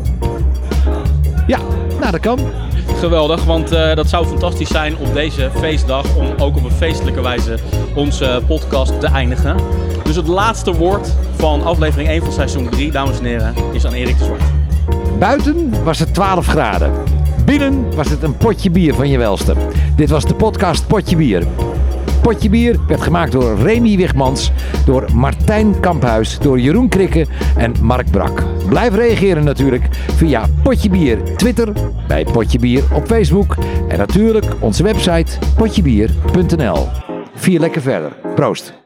Ja, nou dat kan. Geweldig, want dat zou fantastisch zijn op deze feestdag om ook op een feestelijke wijze onze podcast te eindigen. Dus het laatste woord van aflevering 1 van seizoen 3, dames en heren, is aan Erik de Zwart. Buiten was het 12 graden. Binnen was het een potje bier van je welste. Dit was de podcast Potje Bier. Potje Bier werd gemaakt door Remy Wigmans, door Martijn Kamphuis, door Jeroen Krikke en Mark Brak. Blijf reageren natuurlijk via Potje Bier Twitter, bij Potje Bier op Facebook en natuurlijk onze website potjebier.nl. Vier lekker verder. Proost.